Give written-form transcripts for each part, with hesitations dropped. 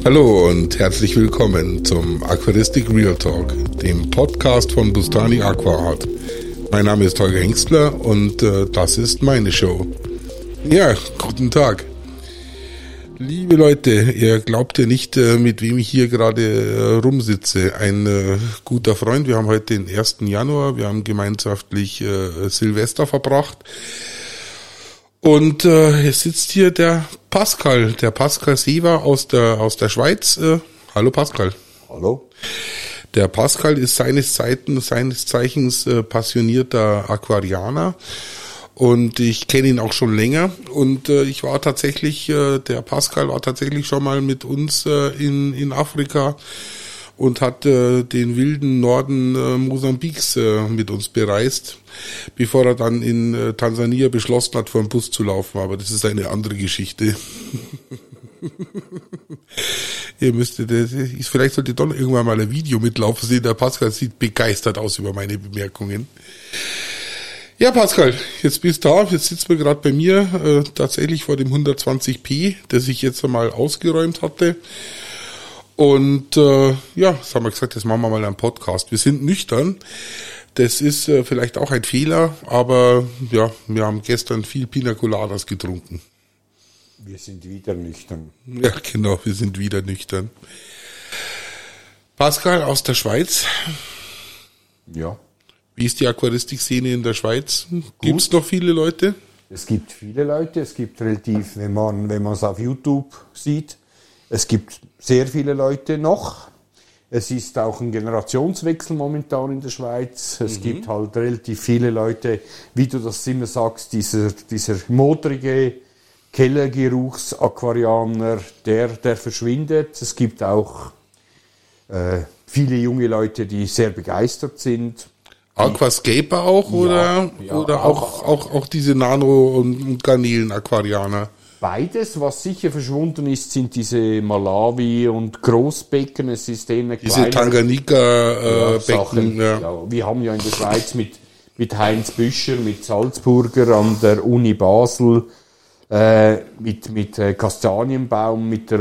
Hallo und herzlich willkommen zum Aquaristik Real Talk, dem Podcast von Bustani AquaArt. Mein Name ist Holger Hengstler und das ist meine Show. Ja, guten Tag. Liebe Leute, ihr glaubt ja nicht, mit wem ich hier gerade rumsitze. Ein guter Freund, wir haben heute den 1. Januar, wir haben gemeinschaftlich Silvester verbracht. Und es sitzt hier der Pascal Seewer aus der Schweiz. Hallo Pascal. Hallo. Der Pascal ist seines Zeichens passionierter Aquarianer und ich kenne ihn auch schon länger und der Pascal war tatsächlich schon mal mit uns in Afrika und hat den wilden Norden Mosambiks mit uns bereist, bevor er dann in Tansania beschlossen hat, vor dem Bus zu laufen. Aber das ist eine andere Geschichte. Vielleicht sollte doch irgendwann mal ein Video mitlaufen sehen. Der Pascal sieht begeistert aus über meine Bemerkungen. Ja, Pascal, jetzt bist du da. Jetzt sitzt wir gerade bei mir tatsächlich vor dem 120p, das ich jetzt einmal ausgeräumt hatte. Und das haben wir gesagt, das machen wir mal einen Podcast. Wir sind nüchtern. Das ist vielleicht auch ein Fehler, aber ja, wir haben gestern viel Pina Coladas getrunken. Wir sind wieder nüchtern. Ja, genau, wir sind wieder nüchtern. Pascal aus der Schweiz. Ja. Wie ist die Aquaristik-Szene in der Schweiz? Gibt es noch viele Leute? Es gibt viele Leute. Es gibt relativ, wenn man es auf YouTube sieht, es gibt sehr viele Leute noch. Es ist auch ein Generationswechsel momentan in der Schweiz. Es gibt halt relativ viele Leute, wie du das immer sagst, dieser modrige Kellergeruchs-Aquarianer, der verschwindet. Es gibt auch viele junge Leute, die sehr begeistert sind. Aquascaper auch, oder? Ja, oder auch diese Nano- und Garnelen-Aquarianer? Beides, was sicher verschwunden ist, sind diese Malawi- und Großbecken. Es ist denen diese Tanganika-Becken. Ja. Wir haben ja in der Schweiz mit Heinz Büscher, mit Salzburger an der Uni Basel, mit Kastanienbaum, mit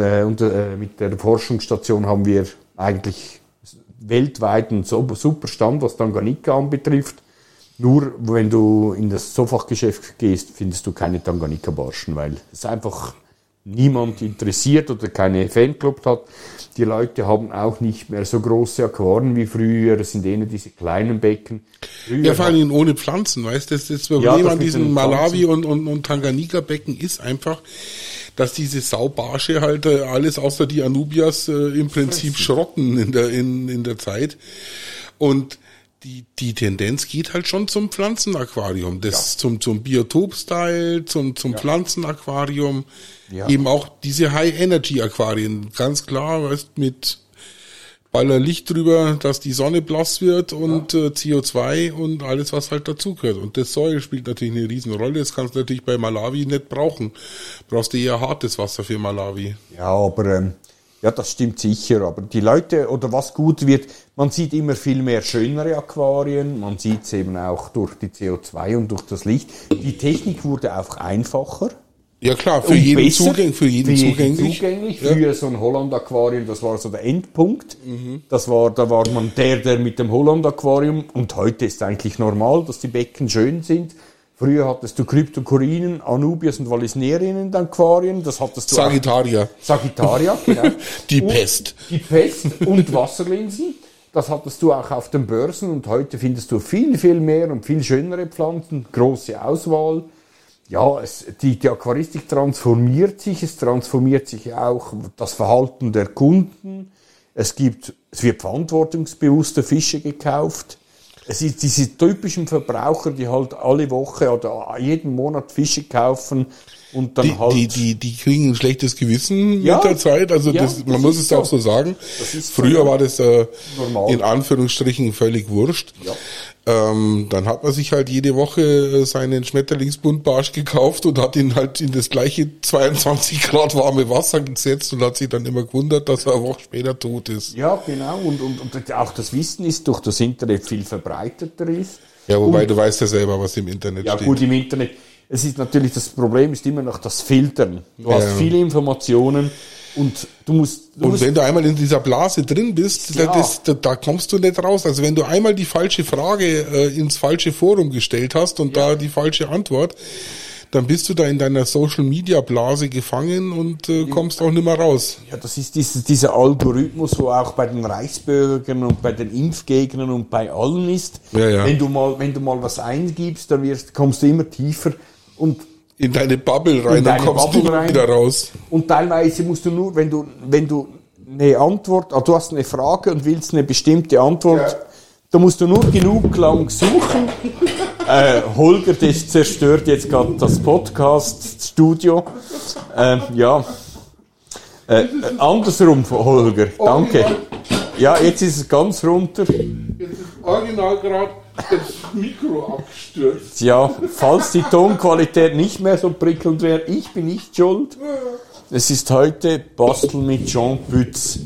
der Forschungsstation haben wir eigentlich weltweit einen super Stand, was Tanganika anbetrifft. Nur wenn du in das Zoofachgeschäft gehst, findest du keine Tanganika-Barschen, weil es einfach niemand interessiert oder keine Fanclub hat. Die Leute haben auch nicht mehr so große Aquarien wie früher. Es sind eher diese kleinen Becken. Ja, vor allem ohne Pflanzen, weißt du? Das Problem an diesen Malawi- und Tanganika-Becken ist einfach, dass diese Saubarsche halt alles außer die Anubias im Prinzip schrotten in der Zeit. Und die Tendenz geht halt schon zum Pflanzenaquarium, zum Biotop-Style, zum Pflanzenaquarium, eben auch diese High-Energy-Aquarien, ganz klar, weißt, mit Baller Licht drüber, dass die Sonne blass wird und CO2 und alles, was halt dazugehört. Und das Säure spielt natürlich eine Riesenrolle, das kannst du natürlich bei Malawi nicht brauchen. Brauchst du eher hartes Wasser für Malawi. Ja, aber das stimmt sicher, aber die Leute, oder was gut wird, man sieht immer viel mehr schönere Aquarien, man sieht es eben auch durch die CO2 und durch das Licht. Die Technik wurde auch einfacher. Ja klar, für jeden zugänglich. Ja. Früher so ein Holland-Aquarium, das war so der Endpunkt. Da war man der mit dem Holland-Aquarium und heute ist eigentlich normal, dass die Becken schön sind. Früher hattest du Kryptokorinen, Anubias und Wallisnerien in den Aquarien. Das hattest du Sagittaria, genau. Die Pest und Wasserlinsen. Das hattest du auch auf den Börsen und heute findest du viel, viel mehr und viel schönere Pflanzen, große Auswahl. Ja, die Aquaristik transformiert sich, es transformiert sich auch das Verhalten der Kunden. Es wird verantwortungsbewusster Fische gekauft. Es ist diese typischen Verbraucher, die halt alle Woche oder jeden Monat Fische kaufen und dann die kriegen ein schlechtes Gewissen mit der Zeit. Also man muss es auch so sagen. Früher war das in Anführungsstrichen völlig wurscht. Ja. Dann hat man sich halt jede Woche seinen Schmetterlingsbuntbarsch gekauft und hat ihn halt in das gleiche 22 Grad warme Wasser gesetzt und hat sich dann immer gewundert, dass er eine Woche später tot ist. Ja, genau. Und auch das Wissen ist durch das Internet viel verbreiteter ist. Ja, wobei du weißt ja selber, was im Internet steht. Ja gut, im Internet. Es ist natürlich, das Problem ist immer noch das Filtern. Du hast viele Informationen. Und und wenn du einmal in dieser Blase drin bist, da kommst du nicht raus. Also wenn du einmal die falsche Frage ins falsche Forum gestellt hast und da die falsche Antwort, dann bist du da in deiner Social-Media-Blase gefangen und kommst auch nicht mehr raus. Ja, das ist dieser Algorithmus, wo auch bei den Reichsbürgern und bei den Impfgegnern und bei allen ist. Ja. Wenn du mal was eingibst, dann kommst du immer tiefer und in deine Bubble rein, dann kommst du wieder raus. Und teilweise musst du nur, wenn du eine Antwort, du hast eine Frage und willst eine bestimmte Antwort, da musst du nur genug lang suchen. Holger, das zerstört jetzt gerade das Podcast-Studio. Andersrum, Holger, danke. Ja, jetzt ist es ganz runter. Jetzt ist original gerade das Mikro abgestürzt. Ja, falls die Tonqualität nicht mehr so prickelnd wäre, ich bin nicht schuld. Es ist heute Basteln mit Jean Pütz.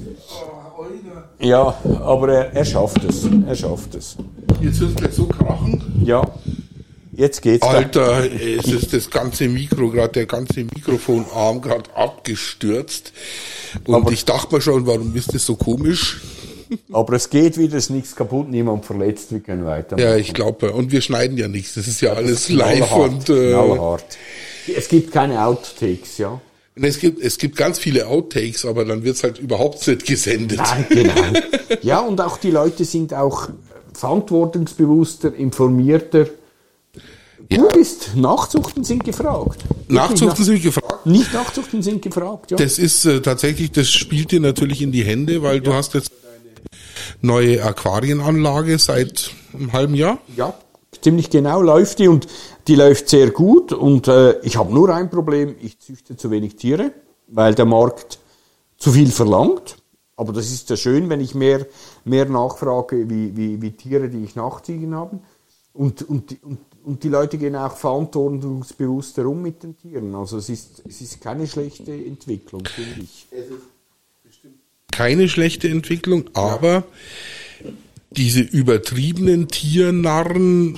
Ja, aber er schafft es. Jetzt ist es so krachen. Ja, jetzt geht's. Alter, es ist das ganze Mikro gerade, der ganze Mikrofonarm gerade abgestürzt. Und aber ich dachte mir schon, warum ist das so komisch? Aber es geht wieder, es ist nichts kaputt, niemand verletzt, wir können weitermachen. Ja, ich glaube, und wir schneiden ja nichts, das ist ja alles live und knallhart. Es gibt keine Outtakes, ja. Es gibt ganz viele Outtakes, aber dann wird's halt überhaupt nicht gesendet. Nein, genau. Ja, und auch die Leute sind auch verantwortungsbewusster, informierter. Ja. Gut ist, Nachzuchten sind gefragt. Nachzuchten sind gefragt? Nicht Nachzuchten sind gefragt, ja. Das ist tatsächlich, das spielt dir natürlich in die Hände, weil du hast jetzt neue Aquarienanlage seit einem halben Jahr? Ja, ziemlich genau läuft die und die läuft sehr gut und ich habe nur ein Problem, ich züchte zu wenig Tiere, weil der Markt zu viel verlangt. Aber das ist ja schön, wenn ich mehr nachfrage, wie Tiere, die ich nachziehen habe. Und die Leute gehen auch verantwortungsbewusster um mit den Tieren. Also es ist keine schlechte Entwicklung, finde ich. Es ist bestimmt keine schlechte Entwicklung, aber diese übertriebenen Tiernarren,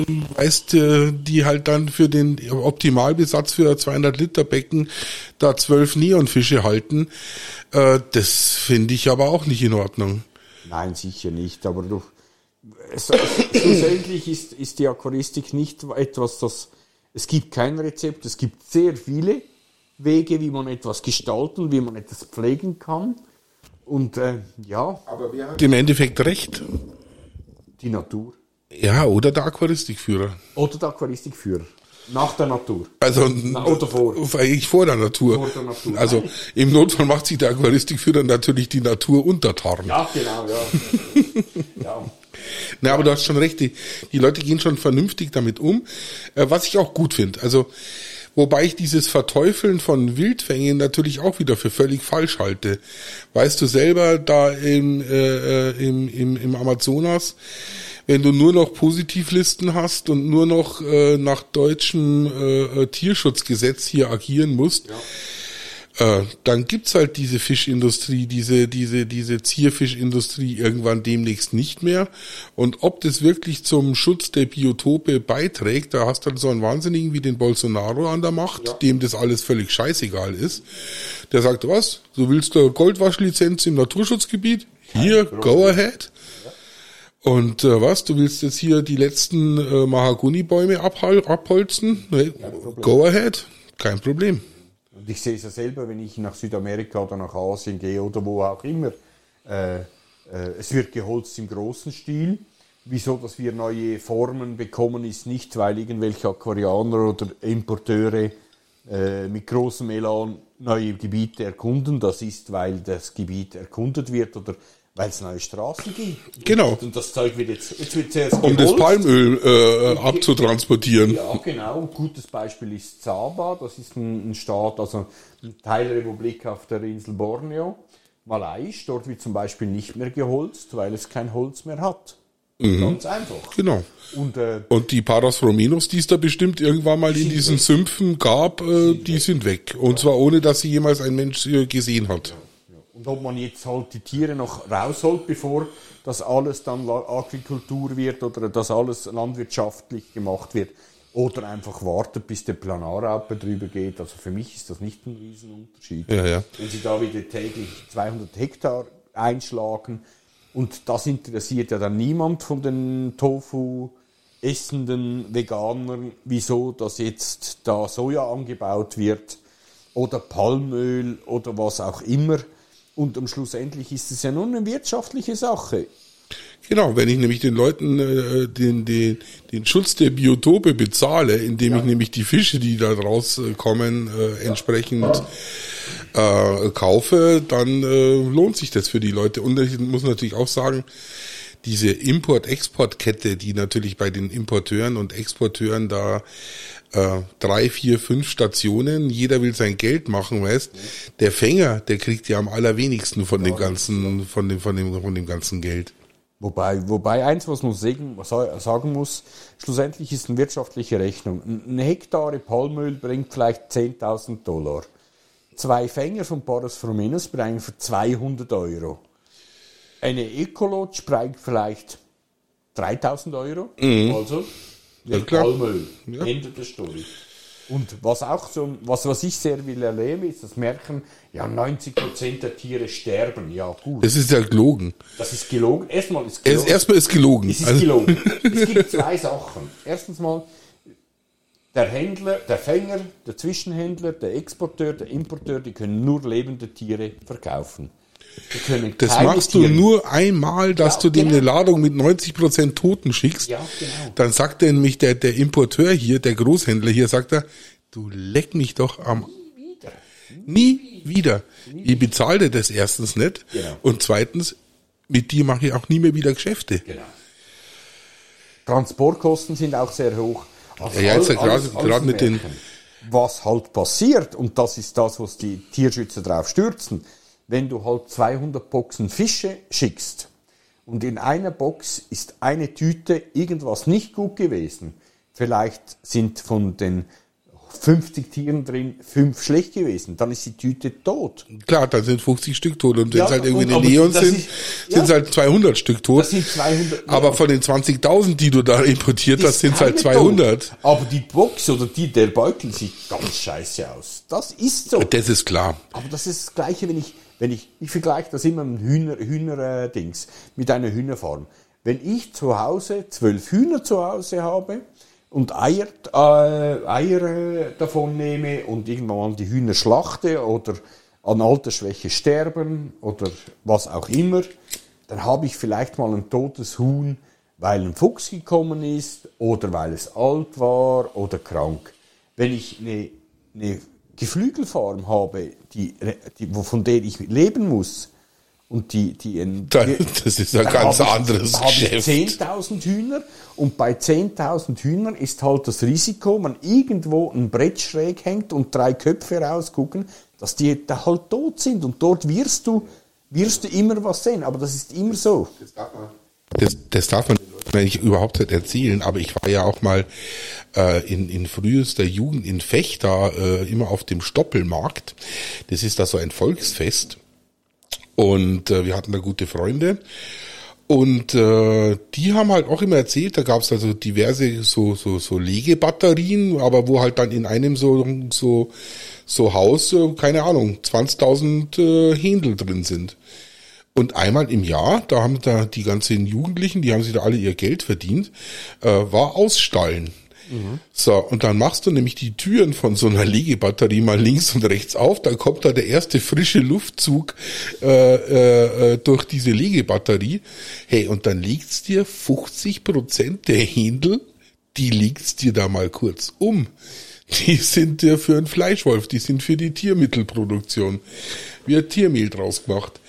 die halt dann für den Optimalbesatz für 200 Liter Becken da 12 Neonfische halten, das finde ich aber auch nicht in Ordnung. Nein, sicher nicht, aber schlussendlich ist die Aquaristik nicht etwas, es gibt kein Rezept, es gibt sehr viele Wege, wie man etwas gestalten, wie man etwas pflegen kann. Und ja. Aber wer hat im Endeffekt recht? Die Natur. Ja, oder der Aquaristikführer. Oder der Aquaristikführer. Nach der Natur. Also oder vor. Eigentlich vor der Natur. Vor der Natur. Also im Notfall macht sich der Aquaristikführer natürlich die Natur untertan. Ja, genau, ja. Ja. Na, aber du hast schon recht, die Leute gehen schon vernünftig damit um, was ich auch gut finde. Also wobei ich dieses Verteufeln von Wildfängen natürlich auch wieder für völlig falsch halte. Weißt du selber, da im Amazonas, wenn du nur noch Positivlisten hast und nur noch nach deutschem Tierschutzgesetz hier agieren musst, dann gibt's halt diese Fischindustrie, diese Zierfischindustrie irgendwann demnächst nicht mehr. Und ob das wirklich zum Schutz der Biotope beiträgt, da hast du dann so einen Wahnsinnigen wie den Bolsonaro an der Macht, dem das alles völlig scheißegal ist. Der sagt, was? Du willst eine Goldwaschlizenz im Naturschutzgebiet? Hier, go ahead. Und was? Du willst jetzt hier die letzten Mahagoni-Bäume abholzen? Nee, go ahead. Kein Problem. Und ich sehe es ja selber, wenn ich nach Südamerika oder nach Asien gehe oder wo auch immer. Es wird geholzt im großen Stil. Wieso, dass wir neue Formen bekommen, ist nicht, weil irgendwelche Aquarianer oder Importeure mit großem Elan neue Gebiete erkunden. Das ist, weil das Gebiet erkundet wird oder weil es neue Straßen gibt. Genau. Und das Zeug wird jetzt wird zuerst um geholzt, das Palmöl abzutransportieren. Ja, genau. Ein gutes Beispiel ist Sabah. Das ist ein Staat, also eine Teilrepublik auf der Insel Borneo. Malaiisch, dort wird zum Beispiel nicht mehr geholzt, weil es kein Holz mehr hat. Ganz einfach. Genau. Und die Paras Romenos, die es da bestimmt irgendwann mal in diesen Sümpfen gab, die sind weg. Und zwar ohne, dass sie jemals ein Mensch gesehen hat. Und ob man jetzt halt die Tiere noch rausholt, bevor das alles dann Agrikultur wird oder das alles landwirtschaftlich gemacht wird. Oder einfach warten, bis der Planarraupe drüber geht. Also für mich ist das nicht ein Riesenunterschied. Ja. Wenn Sie da wieder täglich 200 Hektar einschlagen, und das interessiert ja dann niemand von den Tofu essenden Veganern, wieso das jetzt da Soja angebaut wird oder Palmöl oder was auch immer. Und schlussendlich ist es ja nur eine wirtschaftliche Sache. Genau, wenn ich nämlich den Leuten den Schutz der Biotope bezahle, indem ich nämlich die Fische, die da rauskommen, entsprechend kaufe, dann lohnt sich das für die Leute. Und ich muss natürlich auch sagen, diese Import-Export-Kette, die natürlich bei den Importeuren und Exporteuren da 3, 4, 5 Stationen, jeder will sein Geld machen, weißt, der Fänger, der kriegt ja am allerwenigsten von dem ganzen, von dem ganzen Geld. Wobei eins, was man sagen muss, schlussendlich ist eine wirtschaftliche Rechnung. Ein Hektar Palmöl bringt vielleicht $10.000. 2 Fänger von Paros Fromenos bringen für 200 €. Eine Ecolodge bringt vielleicht 3.000 €. Also, der Palmöl. Ja. Ende der Story. Und was ich sehr will erleben, ist das Merken, ja, 90% der Tiere sterben. Ja, gut. Das ist ja gelogen. Das ist gelogen. Erstmal ist gelogen. Es ist gelogen. Es gibt 2 Sachen. Erstens mal, der Händler, der Fänger, der Zwischenhändler, der Exporteur, der Importeur, die können nur lebende Tiere verkaufen. Das machst du nur einmal, dass du dem eine Ladung mit 90% Toten schickst. Ja, genau. Dann sagt er nämlich der Importeur hier, der Großhändler hier, sagt er, du leck mich doch am... Nie wieder. Ich bezahle dir das erstens nicht. Genau. Und zweitens, mit dir mache ich auch nie mehr wieder Geschäfte. Genau. Transportkosten sind auch sehr hoch. Also ja, jetzt gerade mit den... Was halt passiert, und das ist das, was die Tierschützer drauf stürzen, wenn du halt 200 Boxen Fische schickst und in einer Box ist eine Tüte irgendwas nicht gut gewesen, vielleicht sind von den 50 Tieren drin 5 schlecht gewesen, dann ist die Tüte tot. Klar, dann sind 50 Stück tot und wenn es halt irgendwie eine Neon sind es halt 200 Stück tot. Das sind 200, aber von den 20.000, die du da importiert hast, sind es halt 200. Tot. Aber die Box oder der Beutel sieht ganz scheiße aus. Das ist so. Das ist klar. Aber das ist das Gleiche, wenn ich vergleiche das immer mit Hühner-Dings, mit einer Hühnerfarm. Wenn ich zu Hause 12 Hühner zu Hause habe und Eier davon nehme und irgendwann die Hühner schlachte oder an Altersschwäche sterben oder was auch immer, dann habe ich vielleicht mal ein totes Huhn, weil ein Fuchs gekommen ist oder weil es alt war oder krank. Wenn ich eine Geflügelfarm habe, von der ich leben muss, und das ist ein ganz anderes Geschäft. Habe ich 10.000 Hühner und bei 10.000 Hühnern ist halt das Risiko, wenn irgendwo ein Brett schräg hängt und 3 Köpfe rausgucken, dass die da halt tot sind und dort wirst du immer was sehen, aber das ist immer so. Das darf man den Leuten eigentlich überhaupt nicht erzählen, aber ich war ja auch mal in frühester Jugend in Vechta immer auf dem Stoppelmarkt. Das ist da so ein Volksfest und wir hatten da gute Freunde und die haben halt auch immer erzählt, da gab es also diverse so Legebatterien, aber wo halt dann in einem so Haus, keine Ahnung, 20.000 Händel drin sind. Und einmal im Jahr, da haben da die ganzen Jugendlichen, die haben sich da alle ihr Geld verdient, war Ausstallen. Mhm. So, und dann machst du nämlich die Türen von so einer Legebatterie mal links und rechts auf, dann kommt da der erste frische Luftzug durch diese Legebatterie. Hey, und dann liegt's dir 50% der Händel, die liegt's dir da mal kurz um. Die sind ja für einen Fleischwolf, die sind für die Tiermittelproduktion. Wird Tiermehl draus gemacht.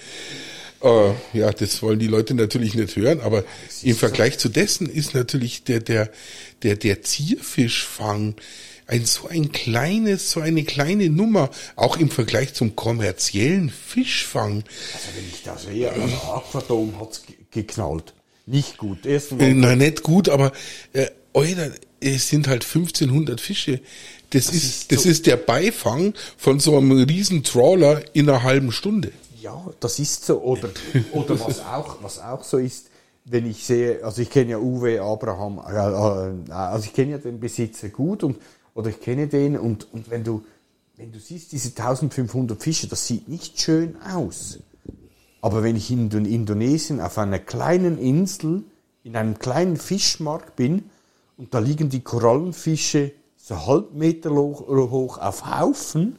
Ja, das wollen die Leute natürlich nicht hören, aber im Vergleich zu dessen ist natürlich der Zierfischfang so eine kleine Nummer, auch im Vergleich zum kommerziellen Fischfang. Also wenn ich das sehe, Aquadom hat's geknallt. Nicht gut. Nein, nicht gut, aber es sind halt 1500 Fische. Das ist der Beifang von so einem riesen Trawler in einer halben Stunde. Ja, das ist so. Oder was auch so ist, wenn ich sehe, also ich kenne ja Uwe Abraham, also ich kenne ja den Besitzer gut oder ich kenne den und wenn du siehst, diese 1500 Fische, das sieht nicht schön aus. Aber wenn ich in Indonesien auf einer kleinen Insel, in einem kleinen Fischmarkt bin und da liegen die Korallenfische so halb Meter hoch auf Haufen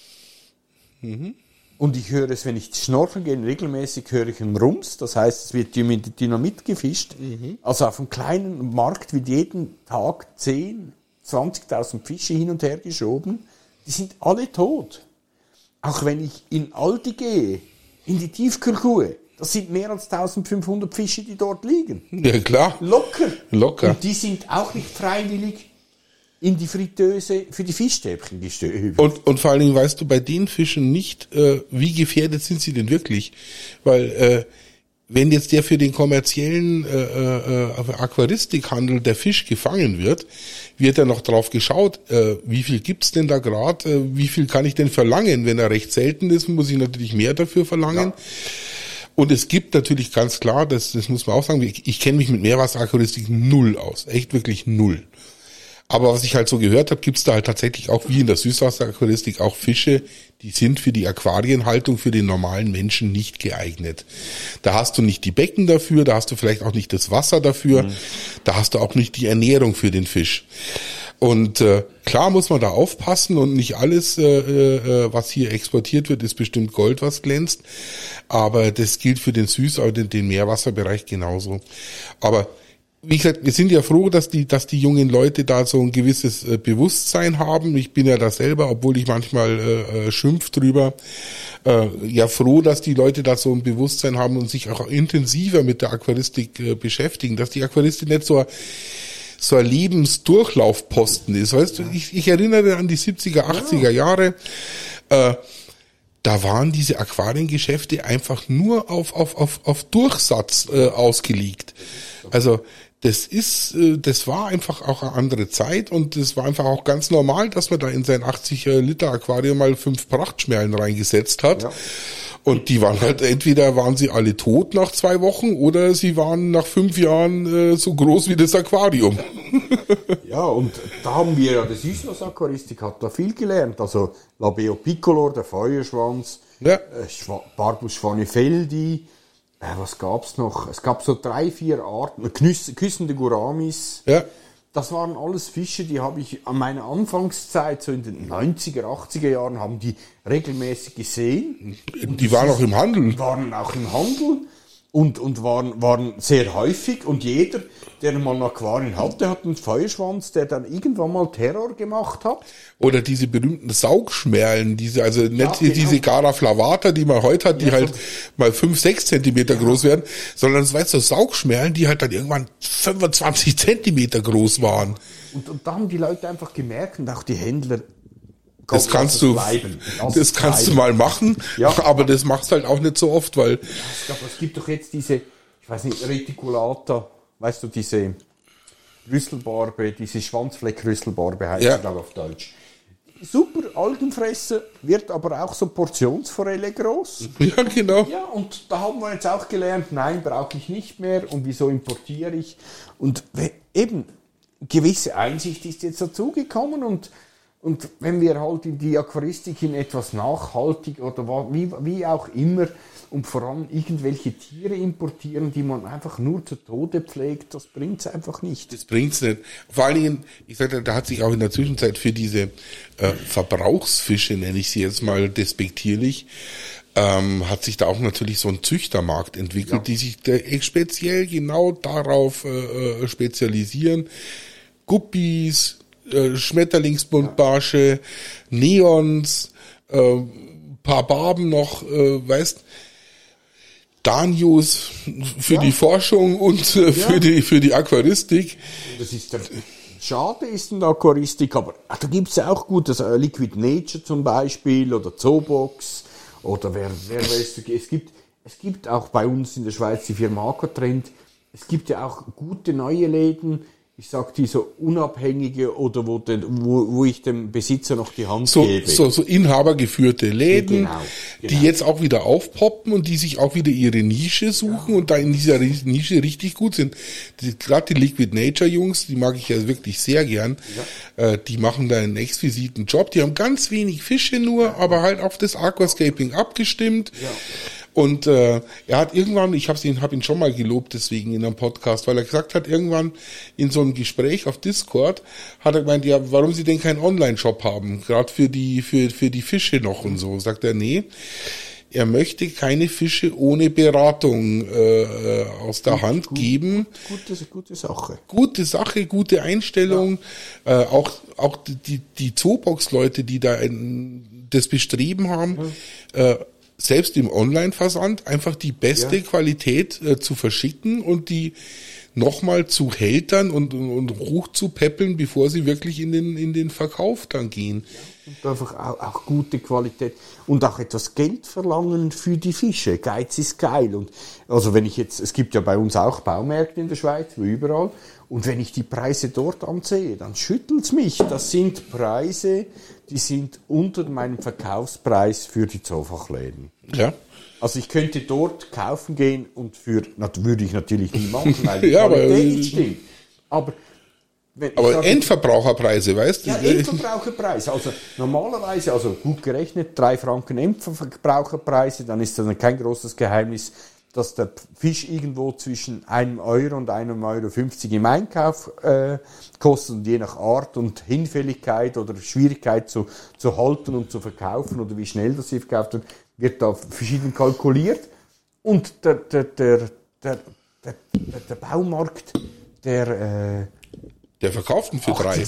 und ich höre es, wenn ich schnorcheln gehe, regelmäßig höre ich einen Rums, das heißt, es wird mit Dynamit gefischt. Also auf einem kleinen Markt wird jeden Tag 10.000, 20.000 Fische hin und her geschoben. Die sind alle tot. Auch wenn ich in Aldi gehe, in die Tiefkühltruhe, das sind mehr als 1500 Fische, die dort liegen. Ja, klar. Locker. Und die sind auch nicht freiwillig in die Fritteuse für die Fischstäbchen gestöbt. Und vor allen Dingen weißt du bei den Fischen nicht, wie gefährdet sind sie denn wirklich. Weil wenn jetzt der für den kommerziellen Aquaristikhandel der Fisch gefangen wird ja noch drauf geschaut, wie viel gibt's denn da gerade, wie viel kann ich denn verlangen. Wenn er recht selten ist, muss ich natürlich mehr dafür verlangen. Ja. Und es gibt natürlich ganz klar, das muss man auch sagen, ich kenne mich mit Meerwasseraquaristik null aus, echt wirklich null. Aber was ich halt so gehört habe, gibt's da halt tatsächlich auch wie in der Süßwasseraquaristik auch Fische, die sind für die Aquarienhaltung für den normalen Menschen nicht geeignet. Da hast du nicht die Becken dafür, da hast du vielleicht auch nicht das Wasser dafür, da hast du auch nicht die Ernährung für den Fisch. Und klar muss man da aufpassen und nicht alles, was hier exportiert wird, ist bestimmt Gold, was glänzt. Aber das gilt für den den Meerwasserbereich genauso. Aber wie gesagt, wir sind ja froh, dass die jungen Leute da so ein gewisses Bewusstsein haben. Ich bin ja da selber, obwohl ich manchmal schimpf drüber, ja froh, dass die Leute da so ein Bewusstsein haben und sich auch intensiver mit der Aquaristik beschäftigen, dass die Aquaristik nicht so ein Lebensdurchlaufposten ist. Weißt du, ich erinnere an die 70er, 80er Jahre, da waren diese Aquariengeschäfte einfach nur auf Durchsatz ausgelegt. Also das war einfach auch eine andere Zeit und es war einfach auch ganz normal, dass man da in sein 80 Liter Aquarium mal 5 Prachtschmerlen reingesetzt hat. Ja. Und die waren halt, entweder waren sie alle tot nach 2 Wochen oder sie waren nach 5 Jahren so groß wie das Aquarium. Ja, und da haben wir ja, die Süßwasseraquaristik hat da viel gelernt. Also Labeo Piccolo, der Feuerschwanz, Barbus schwanefeldi, was gab's noch? Es gab so 3, 4 Arten, küssende Gouramis. Ja. Das waren alles Fische, die habe ich an meiner Anfangszeit, so in den 90er, 80er Jahren, haben die regelmäßig gesehen. Die waren auch im Handel. Waren auch im Handel und waren sehr häufig. Und jeder, der mal ein Aquarium hatte, hat einen Feuerschwanz, der dann irgendwann mal Terror gemacht hat. Oder diese berühmten Saugschmerlen, diese Gara flavata, die man heute hat, die halt mal 5, 6 Zentimeter groß werden, sondern das weißt du, Saugschmerlen, die halt dann irgendwann 25 Zentimeter groß waren. Und da haben die Leute einfach gemerkt und auch die Händler, das kannst du mal machen, aber das machst halt auch nicht so oft, weil... Es gibt doch jetzt diese, ich weiß nicht, Reticulata, weißt du, diese Rüsselbarbe, diese Schwanzfleck-Rüsselbarbe heißt sie, glaube ich, auf Deutsch. Super Algenfresser, wird aber auch so Portionsforelle groß. Ja, genau. Ja, und da haben wir jetzt auch gelernt, nein, brauche ich nicht mehr und wieso importiere ich? Und eben, gewisse Einsicht ist jetzt dazugekommen und wenn wir halt in die Aquaristik in etwas nachhaltig oder wie auch immer und vor allem irgendwelche Tiere importieren, die man einfach nur zu Tode pflegt, das bringt's einfach nicht. Das bringt's nicht. Vor allen Dingen, ich sage, da hat sich auch in der Zwischenzeit für diese Verbrauchsfische, nenne ich sie jetzt mal despektierlich, hat sich da auch natürlich so ein Züchtermarkt entwickelt, die sich speziell genau darauf spezialisieren. Guppies, Schmetterlingsbuntbarsche, Neons, paar Barben noch, Danios für die Forschung und für die Aquaristik. Das ist schade ist in der Aquaristik, aber da gibt's ja auch gut, das Liquid Nature zum Beispiel oder Zoobox oder wer weiß, es gibt auch bei uns in der Schweiz die Firma Aquatrend, es gibt ja auch gute neue Läden ich sag die so unabhängige oder wo ich dem Besitzer noch die Hand gebe. So inhabergeführte Läden, Genau. die jetzt auch wieder aufpoppen und die sich auch wieder ihre Nische suchen und da in dieser Nische richtig gut sind. Gerade die Liquid Nature Jungs, die mag ich ja wirklich sehr gern. Ja. Die machen da einen exquisiten Job. Die haben ganz wenig Fische nur, aber halt auf das Aquascaping abgestimmt. Ja. Und er hat irgendwann, ich hab ihn schon mal gelobt deswegen in einem Podcast, weil er gesagt hat, irgendwann in so einem Gespräch auf Discord, hat er gemeint, ja, warum sie denn keinen Online-Shop haben, gerade für die Fische noch und so. Sagt er, nee, er möchte keine Fische ohne Beratung aus der Hand geben. Gute Sache. Gute Sache, gute Einstellung. Ja. Auch die Zoobox-Leute, die da das Bestreben haben, selbst im Online-Versand einfach die beste Qualität zu verschicken und die nochmal zu hältern und hoch zu peppeln, bevor sie wirklich in den Verkauf dann gehen. Und einfach auch gute Qualität und auch etwas Geld verlangen für die Fische. Geiz ist geil. Und also wenn ich jetzt, es gibt ja bei uns auch Baumärkte in der Schweiz, wie überall, und wenn ich die Preise dort ansehe, dann schüttelt's mich. Das sind Preise, die sind unter meinem Verkaufspreis für die Zoofachläden. Ja. Also ich könnte dort kaufen gehen und würde ich natürlich nie machen, weil die Qualität nicht stimmt. Aber Endverbraucherpreise, weißt du? Ja, Endverbraucherpreise. Also normalerweise, also gut gerechnet, 3 Franken Endverbraucherpreise, dann ist das kein großes Geheimnis, dass der Fisch irgendwo zwischen 1 Euro und 1,50 € im Einkauf kostet und je nach Art und Hinfälligkeit oder Schwierigkeit zu halten und zu verkaufen oder wie schnell das hier verkauft wird da verschieden kalkuliert. Und der Baumarkt, der verkauft ihn für 3.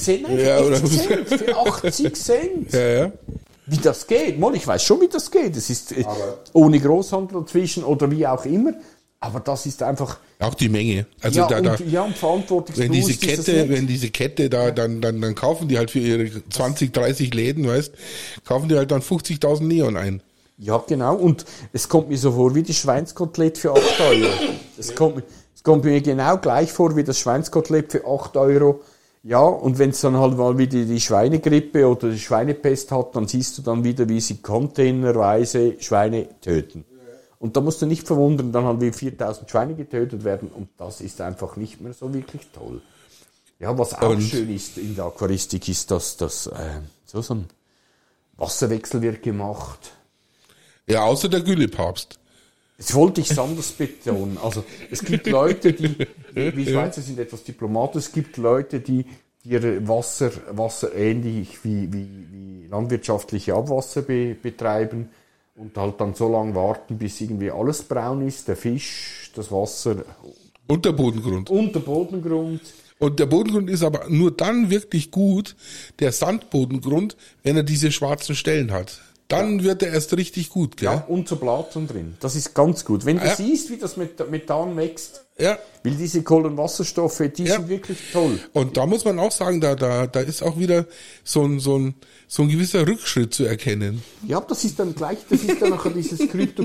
Für 80 Cent. Ja. Wie das geht, ich weiß schon, wie das geht. Es ist ohne Großhandel dazwischen oder wie auch immer. Aber das ist einfach... Auch die Menge. Also und verantwortungsbewusst wenn diese Kette da, dann kaufen die halt für ihre 20, 30 Läden, weißt, kaufen die halt dann 50.000 Neon ein. Ja, genau. Und es kommt mir so vor wie das Schweinskotelett für 8 €. Es kommt mir genau gleich vor wie das Schweinskotelett für 8 €. Ja, und wenn es dann halt mal wieder die Schweinegrippe oder die Schweinepest hat, dann siehst du dann wieder, wie sie containerweise Schweine töten. Und da musst du nicht verwundern, dann halt wie 4.000 Schweine getötet werden und das ist einfach nicht mehr so wirklich toll. Ja, was auch schön ist in der Aquaristik ist, dass so ein Wasserwechsel wird gemacht. Ja, außer der Güllepapst. Das wollte ich anders betonen. Also, es gibt Leute, wir Schweizer sind etwas diplomatisch, es gibt Leute, die ihre Wasser ähnlich wie landwirtschaftliche Abwasser betreiben und halt dann so lange warten, bis irgendwie alles braun ist, der Fisch, das Wasser. Und der Bodengrund. Und der Bodengrund. Und der Bodengrund ist aber nur dann wirklich gut, der Sandbodengrund, wenn er diese schwarzen Stellen hat. Dann wird er erst richtig gut, gell? Ja, und so Blattern drin. Das ist ganz gut. Wenn du siehst, wie das Methan wächst, weil diese Kohlenwasserstoffe, die sind wirklich toll. Und da muss man auch sagen, da ist auch wieder so ein gewisser Rückschritt zu erkennen. Ja, das ist dann nachher dieses